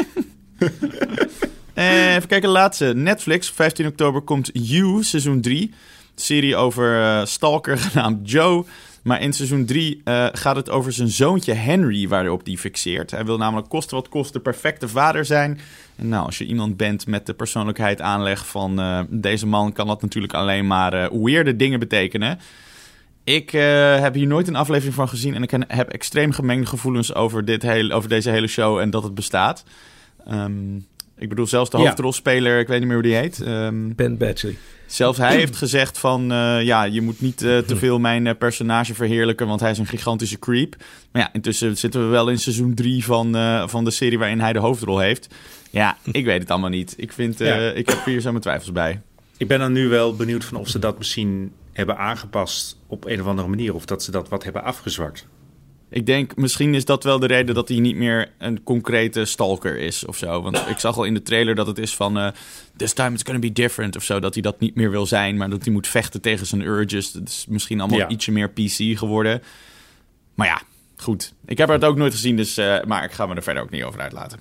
F: Even kijken, laatste. Netflix, 15 oktober komt You, seizoen 3. Serie over stalker genaamd Joe. Maar in seizoen 3 gaat het over zijn zoontje Henry, waarop die fixeert. Hij wil namelijk koste wat kost de perfecte vader zijn. En nou, als je iemand bent met de persoonlijkheid aanleg van deze man, kan dat natuurlijk alleen maar weirde dingen betekenen. Ik heb hier nooit een aflevering van gezien en ik heb extreem gemengde gevoelens over deze hele show en dat het bestaat. Ik bedoel, zelfs de hoofdrolspeler, ik weet niet meer hoe die heet.
G: Ben Badgley.
F: Zelfs hij heeft gezegd van, je moet niet te veel mijn personage verheerlijken, want hij is een gigantische creep. Maar ja, intussen zitten we wel in seizoen 3 van de serie waarin hij de hoofdrol heeft. Ja, ik weet het allemaal niet. Ik heb hier zo mijn twijfels bij.
H: Ik ben dan nu wel benieuwd van of ze dat misschien hebben aangepast op een of andere manier, of dat ze dat wat hebben afgezwakt.
F: Ik denk, misschien is dat wel de reden dat hij niet meer een concrete stalker is of zo. Want ik zag al in de trailer dat het is van this time it's gonna be different of zo. Dat hij dat niet meer wil zijn, maar dat hij moet vechten tegen zijn urges. Dat is misschien allemaal ietsje meer PC geworden. Maar ja, goed. Ik heb het ook nooit gezien, dus, maar ik ga me er verder ook niet over uitlaten.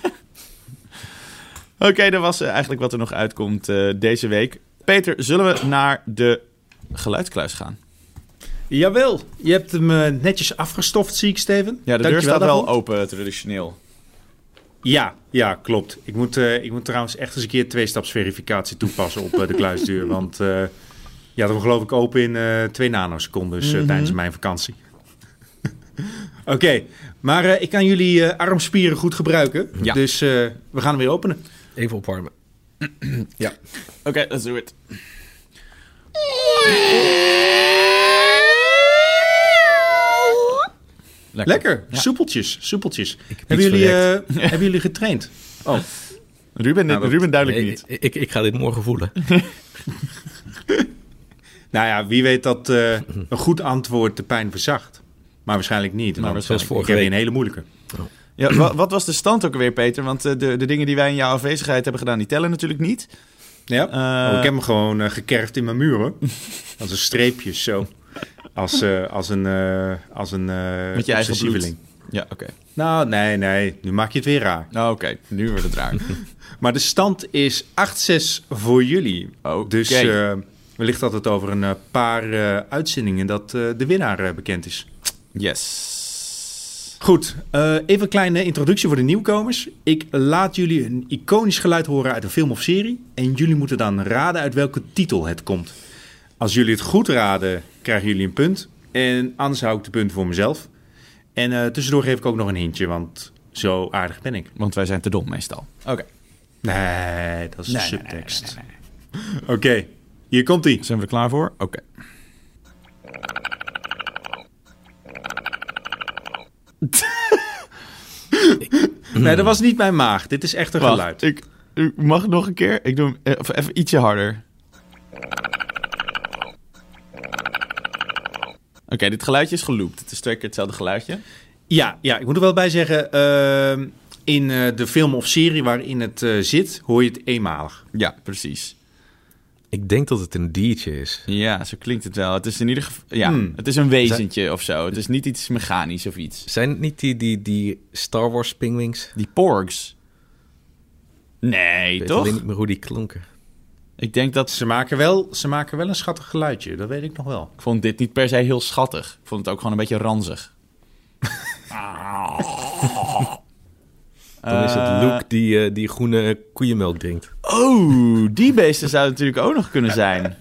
F: Oké, dat was eigenlijk wat er nog uitkomt deze week. Peter, zullen we naar de geluidskluis gaan?
H: Jawel, je hebt hem netjes afgestoft, zie ik, Steven.
F: Ja, de deur staat wel open, traditioneel.
H: Ja, klopt. Ik moet trouwens echt eens een keer 2-stapsverificatie toepassen op de kluisdeur. Want je had hem geloof ik open in 2 nanosecondes tijdens mijn vakantie. Oké, maar ik kan jullie armspieren goed gebruiken. Ja. Dus we gaan hem weer openen.
G: Even opwarmen.
H: Ja.
F: Oké, let's do it.
H: Lekker. Ja. Soepeltjes. Hebben jullie getraind? Oh.
F: Ruben duidelijk niet.
G: Ik ga dit morgen voelen.
H: Nou ja, wie weet dat een goed antwoord de pijn verzacht. Maar waarschijnlijk niet.
G: Maar
H: zoals vorige week een hele moeilijke.
F: Oh. Ja, wat was de stand ook alweer, Peter? Want de dingen die wij in jouw afwezigheid hebben gedaan, die tellen natuurlijk niet.
H: Ja, ik heb hem gewoon gekerfd in mijn muur, hoor. Als een streepje, zo. Als een
F: met je eigen bloed. Ja, oké.
H: Nou, nee. Nu maak je het weer raar.
F: Nou, oké. Nu wordt het raar.
H: Maar de stand is 8-6 voor jullie.
F: Okay.
H: Dus wellicht dat het over een paar uitzendingen dat de winnaar bekend is.
F: Yes.
H: Goed, even een kleine introductie voor de nieuwkomers. Ik laat jullie een iconisch geluid horen uit een film of serie. En jullie moeten dan raden uit welke titel het komt. Als jullie het goed raden, krijgen jullie een punt. En anders hou ik de punten voor mezelf. En tussendoor geef ik ook nog een hintje, want zo aardig ben ik.
F: Want wij zijn te dom meestal. Oké.
H: Nee, dat is de subtekst. Nee. Oké, hier komt-ie.
F: Zijn we er klaar voor? Oké.
H: Nee, dat was niet mijn maag. Dit is echt een geluid.
F: Ik mag het nog een keer? Ik doe hem even ietsje harder. Oké, dit geluidje is geloopt. Het is 2 keer hetzelfde geluidje.
H: Ja, ik moet er wel bij zeggen, in de film of serie waarin het zit, hoor je het eenmalig.
F: Ja, precies.
G: Ik denk dat het een diertje is.
F: Ja, zo klinkt het wel. Het is in ieder geval, het is een wezentje of zo. Het is niet iets mechanisch of iets.
G: Zijn het niet die Star Wars pingwings?
F: Die porgs? Nee,
G: ik weet
F: toch?
G: Ik weet niet meer hoe die klonken.
F: Ik denk dat...
H: Ze maken wel een schattig geluidje, dat weet ik nog wel.
F: Ik vond dit niet per se heel schattig. Ik vond het ook gewoon een beetje ranzig.
G: Dan is het Luke die groene koeienmelk drinkt.
F: Oh, die beesten zouden natuurlijk ook nog kunnen zijn.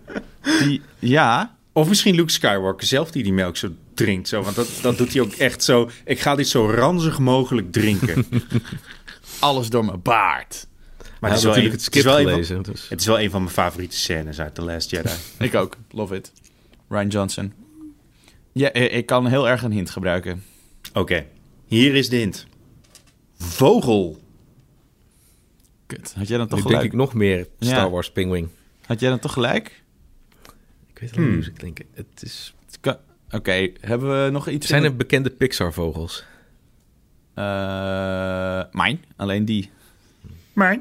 H: Of misschien Luke Skywalker zelf die melk zo drinkt. Zo, want dat doet hij ook echt zo. Ik ga dit zo ranzig mogelijk drinken.
F: Alles door mijn baard.
H: Maar het is wel een van mijn favoriete scènes uit The Last Jedi.
F: Ik ook. Love it. Rian Johnson. Ja, ik kan heel erg een hint gebruiken.
H: Oké. Hier is de hint. Vogel.
F: Kut. Had jij dan toch
G: Nu
F: gelijk?
G: denk ik nog meer Star
F: Ja.
G: Wars Penguin.
F: Had jij dan toch gelijk?
G: Ik weet alleen niet hoe ze klinken. Het is...
F: Oké, hebben we nog iets?
G: Zijn er bekende Pixar-vogels?
F: Mijn, alleen die.
H: Mijn.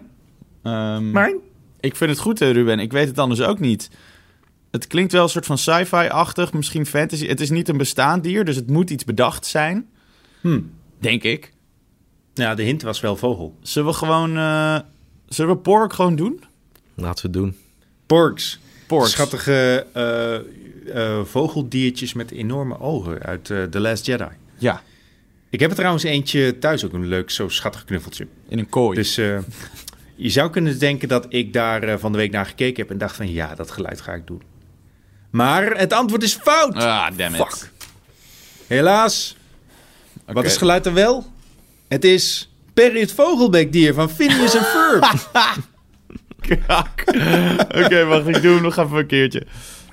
F: Ik vind het goed, Ruben. Ik weet het anders ook niet. Het klinkt wel een soort van sci-fi-achtig, misschien fantasy. Het is niet een bestaand dier, dus het moet iets bedacht zijn. Denk ik.
H: Ja, de hint was wel vogel.
F: Zullen we pork gewoon doen?
G: Laten we het doen.
H: Porks.
F: Porks.
H: Schattige vogeldiertjes met enorme ogen uit The Last Jedi.
F: Ja,
H: Ik heb er trouwens eentje thuis, ook een leuk, zo schattig knuffeltje.
F: in een kooi.
H: Dus je zou kunnen denken dat ik daar van de week naar gekeken heb en dacht van ja, dat geluid ga ik doen. Maar het antwoord is fout.
F: Damn it.
H: Fuck. Helaas.
F: Oké.
H: Wat is het geluid dan wel? Het is Perry het vogelbeekdier van Phineas en Ferb.
F: Kak. Oké, wacht, ik doe hem nog even een keertje.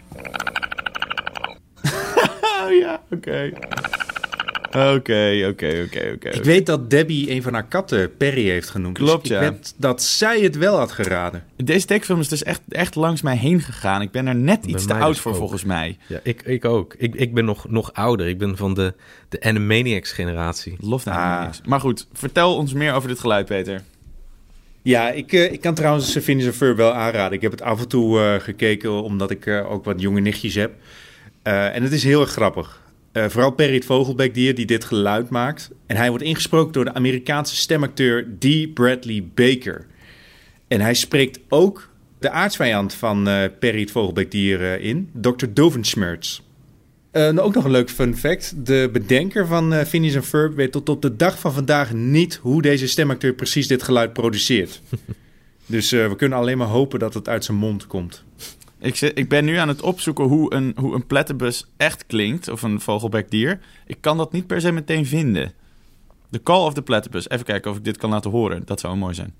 F: Ja, oké. Oké.
H: Ik weet dat Debbie een van haar katten Perry heeft genoemd.
F: Klopt,
H: dus
F: ja.
H: ik weet dat zij het wel had geraden.
F: Deze tekenfilm is dus echt langs mij heen gegaan. Ik ben er net iets te
G: mij
F: oud
G: dus
F: voor,
G: ook.
F: volgens mij.
G: Ja, ik ook. Ik ben nog ouder. Ik ben van de Animaniacs-generatie.
F: Love that niks. Maar goed, vertel ons meer over dit geluid, Peter.
H: Ja, ik kan trouwens Phineas en Ferb wel aanraden. Ik heb het af en toe gekeken omdat ik ook wat jonge nichtjes heb. En het is heel erg grappig. Vooral Perry het vogelbeekdier die dit geluid maakt. En hij wordt ingesproken door de Amerikaanse stemacteur D. Bradley Baker. En hij spreekt ook de aartsvijand van Perry het vogelbeekdier in, Dr. Dovenschmerz. Ook nog een leuk fun fact. De bedenker van Phineas en Ferb weet tot op de dag van vandaag niet hoe deze stemacteur precies dit geluid produceert. Dus we kunnen alleen maar hopen dat het uit zijn mond komt.
F: Ik ben nu aan het opzoeken hoe een platypus echt klinkt, of een vogelbeekdier. Ik kan dat niet per se meteen vinden. The Call of the Platypus. Even kijken of ik dit kan laten horen. Dat zou mooi zijn.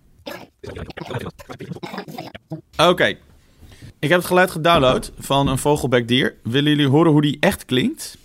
F: Oké. Ik heb het geluid gedownload van een vogelbeekdier. Willen jullie horen hoe die echt klinkt?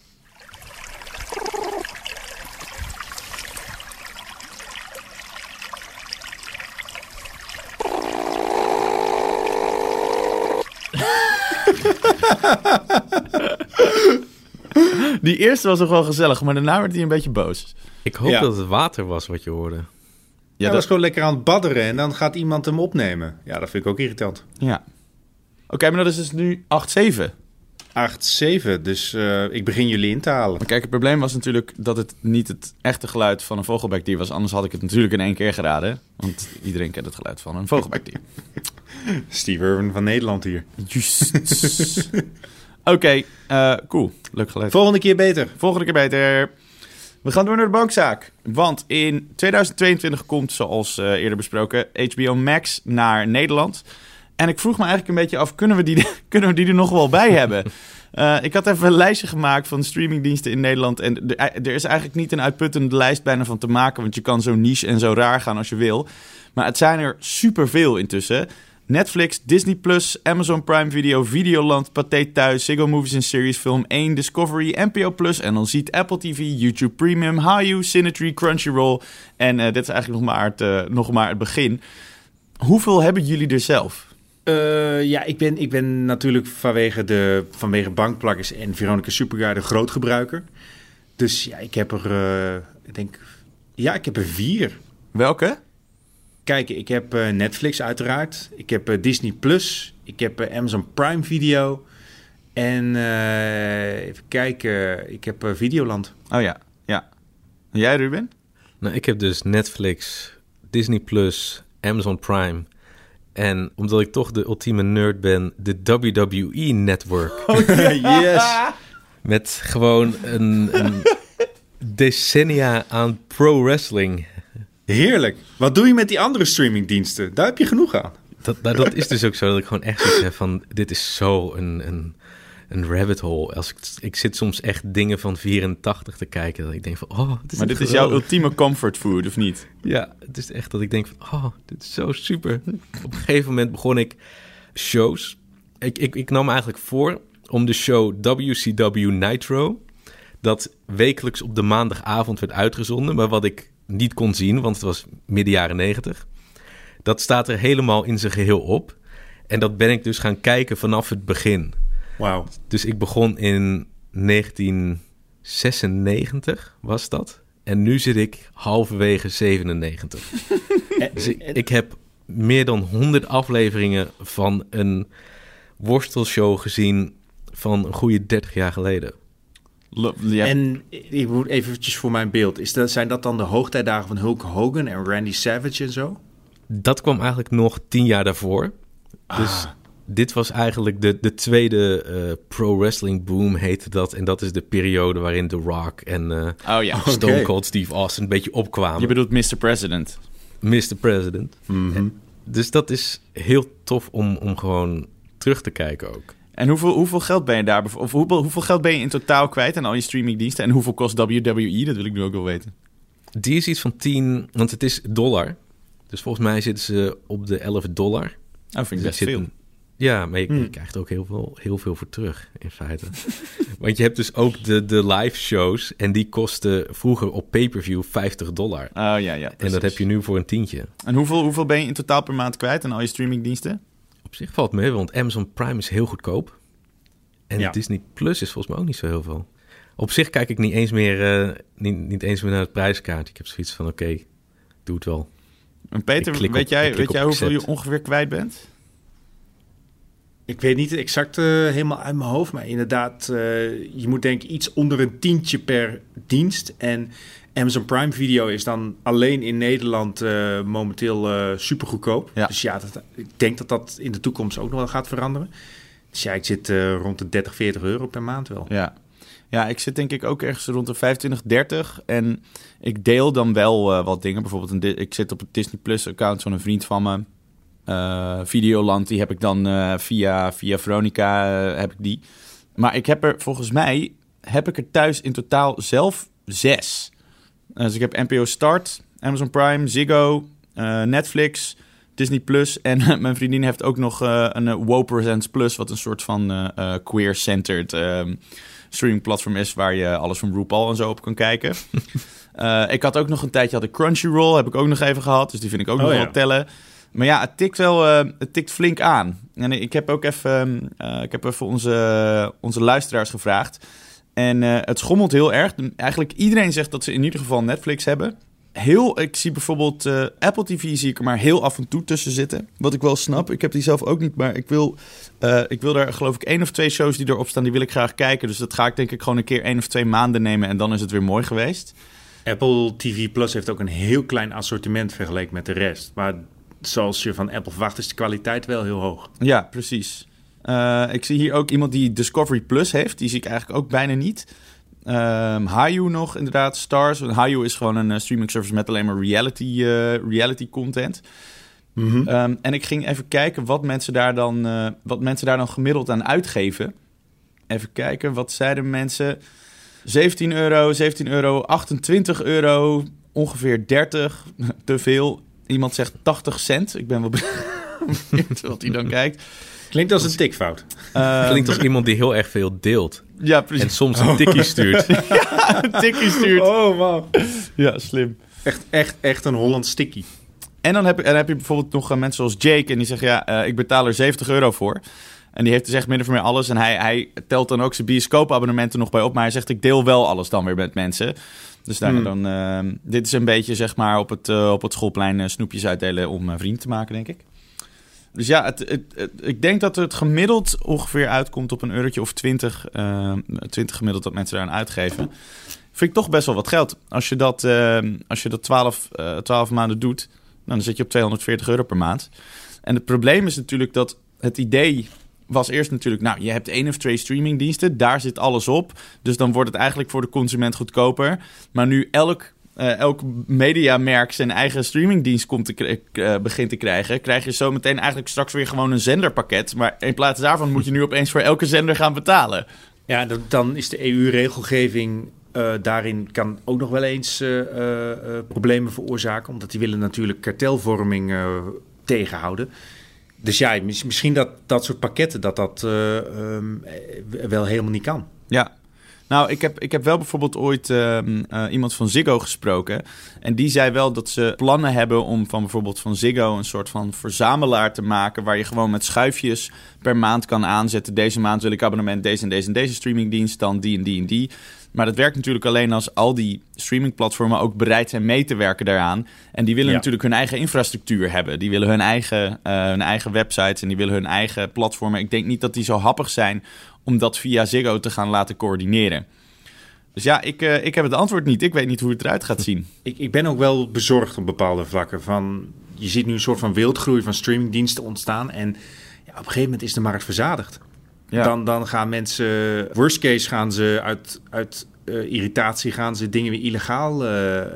F: Die eerste was nog wel gezellig, maar daarna werd hij een beetje boos.
G: Ik hoop
H: Ja.
G: dat het water was wat je hoorde.
H: Ja, dat is gewoon lekker aan het badderen en dan gaat iemand hem opnemen. Ja, dat vind ik ook irritant.
F: Ja. Oké, maar dat is dus nu 8-7.
H: 8-7, dus ik begin jullie in te halen.
F: Maar kijk, het probleem was natuurlijk dat het niet het echte geluid van een vogelbeekdier was. Anders had ik het natuurlijk in 1 keer geraden. Want iedereen kent het geluid van een vogelbeekdier.
H: Steve Irwin van Nederland hier.
F: Juist. Oké, cool. Leuk geluid.
H: Volgende keer beter.
F: Volgende keer beter. We gaan door naar de bankzaak. Want in 2022 komt, zoals eerder besproken, HBO Max naar Nederland. En ik vroeg me eigenlijk een beetje af, kunnen we die er nog wel bij hebben? Ik had even een lijstje gemaakt van streamingdiensten in Nederland. En er is eigenlijk niet een uitputtende lijst bijna van te maken. Want je kan zo niche en zo raar gaan als je wil. Maar het zijn er superveel intussen. Netflix, Disney+, Amazon Prime Video, Videoland, Pathé Thuis, Ziggo Movies en Series, Film 1, Discovery, NPO+, en dan ziet Apple TV, YouTube Premium, Hayu, Cinetree, Crunchyroll. En dit is eigenlijk nog maar het begin. Hoeveel hebben jullie er zelf?
H: Ja, ik ben natuurlijk vanwege bankplakkers en Veronica Superguy de grootgebruiker. Dus ja, ik heb er 4.
F: Welke?
H: Kijk, ik heb Netflix uiteraard. Ik heb Disney+. Ik heb Amazon Prime Video. En even kijken, ik heb Videoland.
F: Oh ja. En jij, Ruben?
G: Nou, ik heb dus Netflix, Disney+, Amazon Prime. En omdat ik toch de ultieme nerd ben, de WWE Network.
H: Yes!
G: Met gewoon een decennia aan pro-wrestling.
H: Heerlijk. Wat doe je met die andere streamingdiensten? Daar heb je genoeg aan.
G: Dat is dus ook zo dat ik gewoon echt zoiets heb van... Dit is zo een rabbit hole. Ik zit soms echt dingen van 84 te kijken. Dat ik denk van,
F: Maar dit is jouw ultieme comfort food, of niet?
G: Ja, het is echt dat ik denk van, dit is zo super. Op een gegeven moment begon ik shows. Ik nam eigenlijk voor om de show WCW Nitro... dat wekelijks op de maandagavond werd uitgezonden. Maar wat ik niet kon zien, want het was midden jaren 90. Dat staat er helemaal in zijn geheel op. En dat ben ik dus gaan kijken vanaf het begin.
H: Wauw.
G: Dus ik begon in 1996, was dat. En nu zit ik halverwege 97. Dus ik heb meer dan 100 afleveringen van een worstelshow gezien van een goede 30 jaar geleden.
F: Ja.
H: En ik moet eventjes voor mijn beeld. Zijn dat dan de hoogtijdagen van Hulk Hogan en Randy Savage en zo?
G: Dat kwam eigenlijk nog 10 jaar daarvoor. Dus dit was eigenlijk de tweede pro-wrestling boom, heette dat. En dat is de periode waarin The Rock en Stone Cold Steve Austin een beetje opkwamen.
F: Je bedoelt Mr. President.
G: Mr. President.
H: Mm-hmm.
G: Dus dat is heel tof om gewoon terug te kijken ook.
F: En hoeveel geld ben je daar? Of hoeveel geld ben je in totaal kwijt aan al je streamingdiensten? En hoeveel kost WWE? Dat wil ik nu ook wel weten.
G: Die is iets van 10, want het is $. Dus volgens mij zitten ze op de $11.
F: Oh, vind ik best veel.
G: Ja, maar je krijgt er ook heel veel voor terug, in feite. Want je hebt dus ook de live shows en die kosten vroeger op pay-per-view $50.
F: Oh ja, precies.
G: En dat heb je nu voor een tientje.
F: En hoeveel ben je in totaal per maand kwijt aan al je streamingdiensten?
G: Op zich valt het mee, want Amazon Prime is heel goedkoop. En Disney Plus is volgens mij ook niet zo heel veel. Op zich kijk ik niet eens meer naar het prijskaart. Ik heb zoiets van, oké, doe het wel.
F: En Peter, weet jij hoeveel je ongeveer kwijt bent?
H: Ik weet niet exact helemaal uit mijn hoofd, maar inderdaad, je moet denk ik iets onder een tientje per dienst. En Amazon Prime Video is dan alleen in Nederland momenteel super goedkoop. Ja. Dus ja, ik denk dat in de toekomst ook nog wel gaat veranderen. Dus ja, ik zit rond de 30, 40 euro per maand wel.
F: Ja, ik zit denk ik ook ergens rond de 25, 30. En ik deel dan wel wat dingen. Bijvoorbeeld, ik zit op het Disney Plus account van een vriend van me. Videoland, die heb ik dan via Veronica heb ik die. Maar ik heb er volgens mij thuis in totaal zelf 6. Dus ik heb NPO Start, Amazon Prime, Ziggo, Netflix, Disney Plus. En mijn vriendin heeft ook nog een WoW Presents Plus, wat een soort van queer-centered streamingplatform is, waar je alles van RuPaul en zo op kan kijken. Ik had ook nog een tijdje Crunchyroll, heb ik ook nog even gehad. Dus die vind ik ook nog wel tellen. Maar ja, het tikt flink aan. En ik heb ook even, onze luisteraars gevraagd. En het schommelt heel erg. Eigenlijk iedereen zegt dat ze in ieder geval Netflix hebben. Ik zie bijvoorbeeld Apple TV zie ik er maar heel af en toe tussen zitten. Wat ik wel snap. Ik heb die zelf ook niet, maar ik wil daar geloof ik 1 of 2 shows die erop staan, die wil ik graag kijken. Dus dat ga ik denk ik gewoon een keer 1 of 2 maanden nemen en dan is het weer mooi geweest.
H: Apple TV Plus heeft ook een heel klein assortiment vergeleken met de rest. Maar zoals je van Apple verwacht is de kwaliteit wel heel hoog.
F: Ja, precies. Ik zie hier ook iemand die Discovery Plus heeft. Die zie ik eigenlijk ook bijna niet. Hayu nog, inderdaad. Stars. Hayu is gewoon een streaming service met alleen maar reality content. Mm-hmm. En ik ging even kijken wat mensen daar dan gemiddeld aan uitgeven. Even kijken, wat zeiden mensen? €17, €28, ongeveer 30, te veel. Iemand zegt 80 cent. Ik ben wel benieuwd wat hij dan kijkt.
H: Klinkt als een tikfout.
G: Klinkt als iemand die heel erg veel deelt.
F: Ja, precies.
G: En soms een tikkie stuurt.
F: Ja, een tikkie stuurt.
H: Oh, wow.
F: Ja, slim.
H: Echt een Hollands tikkie.
F: En dan heb je bijvoorbeeld nog mensen zoals Jake. En die zegt, ik betaal er €70 voor. En die heeft dus echt min of meer alles. En hij telt dan ook zijn bioscoopabonnementen nog bij op. Maar hij zegt, ik deel wel alles dan weer met mensen. Dus dit is een beetje zeg maar op het schoolplein snoepjes uitdelen om vrienden te maken, denk ik. Dus ja, ik denk dat het gemiddeld ongeveer uitkomt op €1 of 20 gemiddeld dat mensen daaraan uitgeven. Vind ik toch best wel wat geld. Als je dat 12 maanden doet, dan zit je op €240 per maand. En het probleem is natuurlijk dat het idee was eerst natuurlijk, je hebt 1 of 2 streamingdiensten, daar zit alles op. Dus dan wordt het eigenlijk voor de consument goedkoper. Maar nu elk mediamerk zijn eigen streamingdienst begint te krijgen, krijg je zo meteen eigenlijk straks weer gewoon een zenderpakket. Maar in plaats daarvan moet je nu opeens voor elke zender gaan betalen.
H: Ja, dan is de EU-regelgeving daarin kan ook nog wel eens problemen veroorzaken, omdat die willen natuurlijk kartelvorming tegenhouden. Dus ja, misschien dat soort pakketten dat wel helemaal niet kan.
F: Ja. Nou, ik heb wel bijvoorbeeld ooit iemand van Ziggo gesproken. En die zei wel dat ze plannen hebben om bijvoorbeeld van Ziggo een soort van verzamelaar te maken, waar je gewoon met schuifjes per maand kan aanzetten. Deze maand wil ik abonnement deze en deze en deze streamingdienst, dan die en die en die. Maar dat werkt natuurlijk alleen als al die streamingplatformen ook bereid zijn mee te werken daaraan. En die willen natuurlijk hun eigen infrastructuur hebben. Die willen hun eigen websites en die willen hun eigen platformen. Ik denk niet dat die zo happig zijn om dat via Ziggo te gaan laten coördineren. Dus ja, ik heb het antwoord niet. Ik weet niet hoe het eruit gaat zien.
H: Ik ben ook wel bezorgd op bepaalde vlakken. Je ziet nu een soort van wildgroei van streamingdiensten ontstaan. En ja, op een gegeven moment is de markt verzadigd. Ja. Dan gaan mensen... Worst case gaan ze uit irritatie gaan ze dingen weer illegaal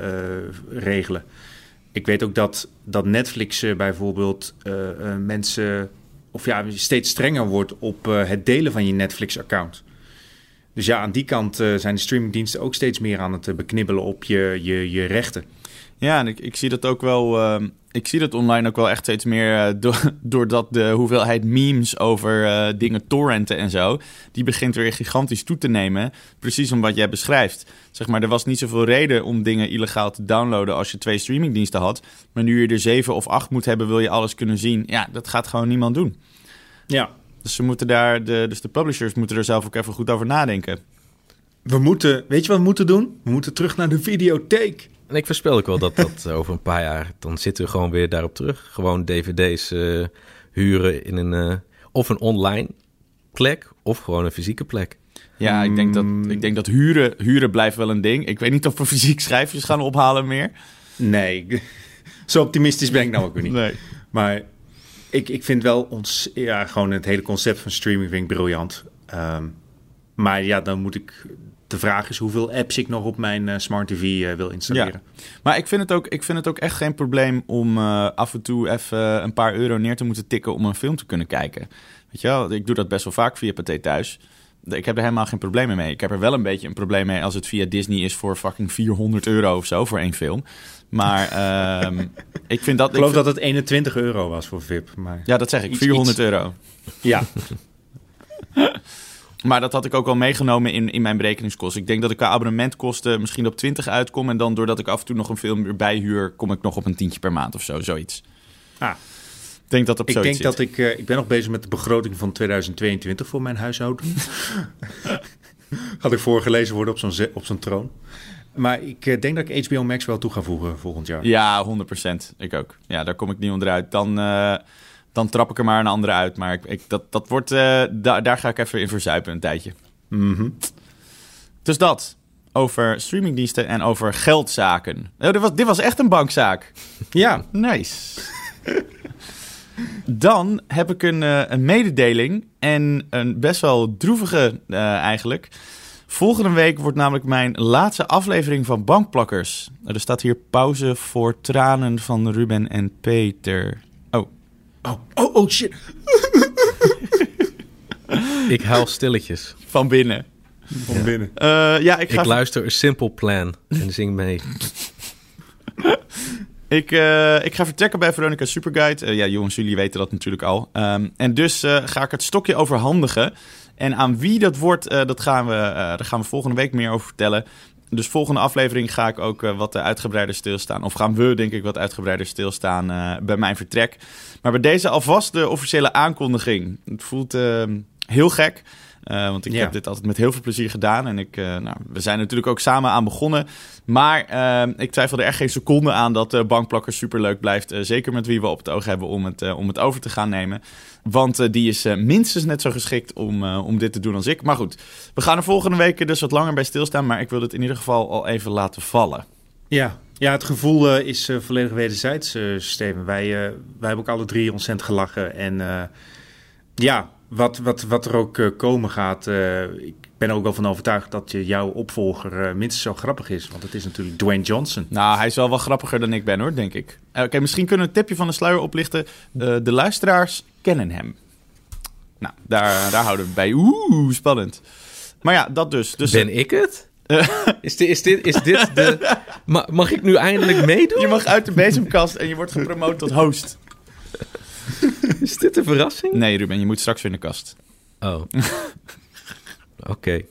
H: regelen. Ik weet ook dat Netflix bijvoorbeeld mensen... of ja, steeds strenger wordt op het delen van je Netflix-account. Dus ja, aan die kant zijn de streamingdiensten ook steeds meer aan het beknibbelen op je rechten. Ja, en ik zie dat ook wel... ik zie dat online ook wel echt steeds meer... doordat de hoeveelheid memes over dingen torrenten en zo... die begint weer gigantisch toe te nemen. Precies om wat jij beschrijft. Zeg maar, er was niet zoveel reden om dingen illegaal te downloaden... als je 2 streamingdiensten had. Maar nu je er 7 of 8 moet hebben, wil je alles kunnen zien. Ja, dat gaat gewoon niemand doen. Ja. Dus ze moeten dus de publishers moeten er zelf ook even goed over nadenken. Weet je wat we moeten doen? We moeten terug naar de videotheek.
G: En ik voorspel ook wel dat over een paar jaar... dan zitten we gewoon weer daarop terug. Gewoon dvd's huren in of een online plek... of gewoon een fysieke plek.
F: Ja, ik denk dat huren blijft wel een ding. Ik weet niet of we fysiek schijfjes gaan ophalen meer.
H: Nee, zo optimistisch ben ik nou ook weer niet.
F: Nee.
H: Maar ik vind wel gewoon het hele concept van streaming vind ik briljant. Maar ja, dan moet ik... De vraag is hoeveel apps ik nog op mijn Smart TV wil installeren.
F: Ja. Maar ik vind het ook echt geen probleem om af en toe even een paar euro neer te moeten tikken om een film te kunnen kijken. Weet je wel, ik doe dat best wel vaak via Pathé Thuis. Ik heb er helemaal geen problemen mee. Ik heb er wel een beetje een probleem mee als het via Disney is voor fucking €400 of zo voor 1 film. Maar ik vind dat...
H: Ik geloof dat het €21 was voor VIP. Maar
F: ja, dat zeg ik. €400.
H: Ja.
F: Maar dat had ik ook al meegenomen in mijn berekeningskosten. Ik denk dat ik qua abonnementkosten misschien op 20 uitkom. En dan doordat ik af en toe nog een film erbij huur, kom ik nog op een tientje per maand of zo. Zoiets.
H: Ah.
F: Ik denk dat op zoiets
H: zit. Ik ben nog bezig met de begroting van 2022 voor mijn huishouden. Gaat ik voorgelezen worden op zo'n troon. Maar ik denk dat ik HBO Max wel toe ga voegen volgend jaar.
F: Ja, 100%. Ik ook. Ja, daar kom ik niet onderuit. Dan trap ik er maar een andere uit. Maar dat wordt... daar ga ik even in verzuipen een tijdje.
H: Mm-hmm.
F: Dus dat. Over streamingdiensten en over geldzaken. Dit was echt een bankzaak.
H: Ja.
F: Nice. Dan heb ik een mededeling. En een best wel droevige eigenlijk. Volgende week wordt namelijk mijn laatste aflevering van Bankplakkers. Er staat hier pauze voor tranen van Ruben en Peter.
H: Oh, shit.
G: Ik huil stilletjes.
F: Van binnen.
H: Van binnen.
G: Ik luister A Simple Plan en zing mee.
F: Ik ga vertrekken bij Veronica Superguide. Ja, jongens, jullie weten dat natuurlijk al. En dus ga ik het stokje overhandigen. En aan wie dat wordt, daar gaan we volgende week meer over vertellen. Dus volgende aflevering ga ik ook wat uitgebreider stilstaan. Of gaan we, denk ik, wat uitgebreider stilstaan bij mijn vertrek. Maar bij deze alvast de officiële aankondiging. Het voelt heel gek. Want ik heb dit altijd met heel veel plezier gedaan. En we zijn natuurlijk ook samen aan begonnen. Maar ik twijfel er echt geen seconde aan dat Bankplakkers superleuk blijft. Zeker met wie we op het oog hebben om het over te gaan nemen. Want die is minstens net zo geschikt om dit te doen als ik. Maar goed, we gaan er volgende week dus wat langer bij stilstaan. Maar ik wil het in ieder geval al even laten vallen.
H: Ja, het gevoel is volledig wederzijds, Steven. Wij hebben ook alle 3 ontzettend gelachen. En wat er ook komen gaat... ik ben er ook wel van overtuigd dat jouw opvolger minstens zo grappig is. Want het is natuurlijk Dwayne Johnson.
F: Nou, hij is wel grappiger dan ik ben, hoor, denk ik. Oké, misschien kunnen we een tipje van de sluier oplichten. De luisteraars kennen hem. Nou, daar houden we bij. Oeh, spannend. Maar ja, dat dus.
G: Ben ik het? Is dit de... Mag ik nu eindelijk meedoen?
F: Je mag uit de bezemkast en je wordt gepromoot tot host.
G: Is dit een verrassing?
F: Nee, Ruben, je moet straks weer in de kast.
G: Oh. Oké.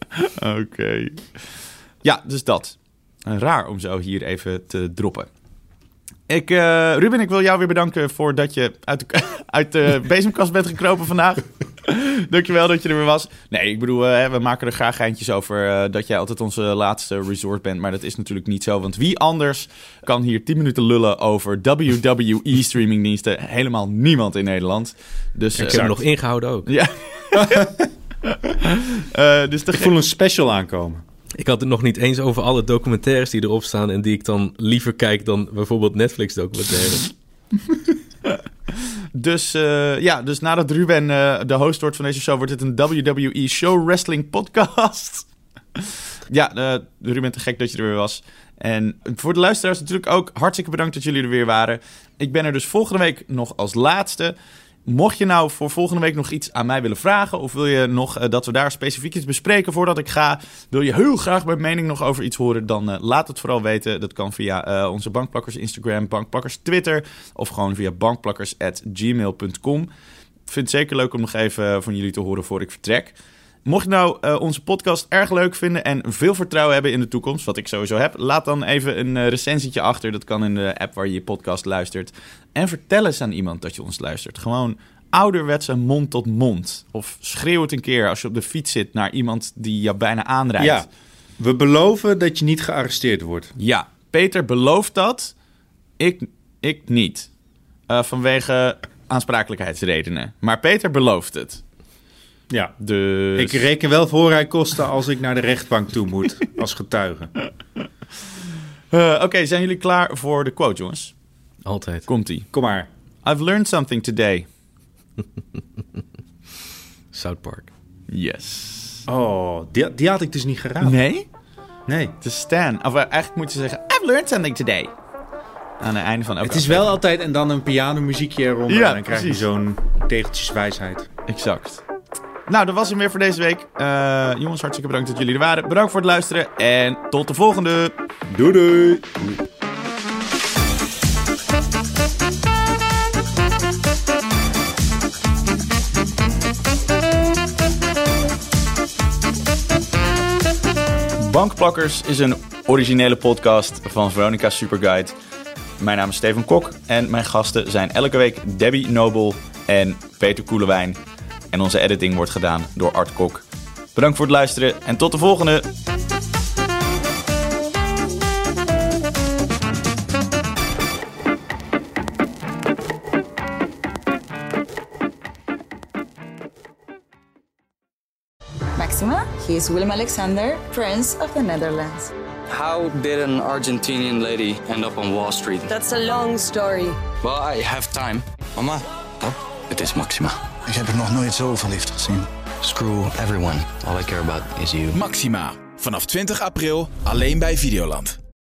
F: Ja, dus dat. Raar om zo hier even te droppen. Ruben, ik wil jou weer bedanken voor dat je uit de bezemkast bent gekropen vandaag. Dankjewel dat je er weer was. Nee, ik bedoel, we maken er graag geintjes over dat jij altijd onze laatste resort bent. Maar dat is natuurlijk niet zo. Want wie anders kan hier 10 minuten lullen over WWE-streamingdiensten? Helemaal niemand in Nederland. Dus,
G: ik heb hem nog ingehouden ook.
F: Ja. Dus
H: ik voel een special aankomen.
G: Ik had het nog niet eens over alle documentaires die erop staan en die ik dan liever kijk dan bijvoorbeeld Netflix-documentaires.
F: Dus nadat Ruben de host wordt van deze show, wordt het een WWE Show Wrestling podcast. Ja, Ruben, te gek dat je er weer was. En voor de luisteraars natuurlijk ook hartstikke bedankt dat jullie er weer waren. Ik ben er dus volgende week nog als laatste. Mocht je nou voor volgende week nog iets aan mij willen vragen, of wil je nog dat we daar specifiek iets bespreken voordat ik ga, wil je heel graag mijn mening nog over iets horen, dan laat het vooral weten. Dat kan via onze Bankplakkers Instagram, Bankplakkers Twitter of gewoon via bankplakkers@gmail.com. Ik vind het zeker leuk om nog even van jullie te horen voor ik vertrek. Mocht je nou onze podcast erg leuk vinden en veel vertrouwen hebben in de toekomst, wat ik sowieso heb, laat dan even een recensietje achter. Dat kan in de app waar je je podcast luistert. En vertel eens aan iemand dat je ons luistert. Gewoon ouderwetse mond tot mond. Of schreeuw het een keer als je op de fiets zit naar iemand die je bijna aanrijdt.
H: Ja, we beloven dat je niet gearresteerd wordt.
F: Ja, Peter belooft dat. Ik niet. Vanwege aansprakelijkheidsredenen. Maar Peter belooft het.
H: Ja,
F: dus
H: ik reken wel voorrijkosten als ik naar de rechtbank toe moet als getuige.
F: Oké, zijn jullie klaar voor de quote, jongens?
G: Altijd.
F: Komt-ie.
H: Kom maar.
F: I've learned something today.
G: South Park.
F: Yes.
H: Oh, die had ik dus niet geraden.
F: Nee?
H: Nee.
F: Het is Stan. Of eigenlijk moet je zeggen, I've learned something today. Aan het einde van elke
H: Het is wel altijd en dan een pianomuziekje eronder.
F: Ja,
H: en dan krijg je zo'n tegeltjeswijsheid.
F: Exact. Nou, dat was hem weer voor deze week. Jongens, hartstikke bedankt dat jullie er waren. Bedankt voor het luisteren en tot de volgende.
H: Doei doei.
F: Bankplakkers is een originele podcast van Veronica Superguide. Mijn naam is Steven Kok en mijn gasten zijn elke week Debbie Nobel en Peter Koelewijn. En onze editing wordt gedaan door Art Kok. Bedankt voor het luisteren en tot de volgende!
A: Maxima, he is Willem Alexander, Prince of the Netherlands.
B: How did an Argentinian lady end up on Wall Street?
C: That's a long story.
B: Well, I have time. Mama, het is Maxima.
D: Ik heb er nog nooit zo verliefd gezien.
B: Screw everyone. All I care about is you.
E: Maxima. Vanaf 20 april alleen bij Videoland.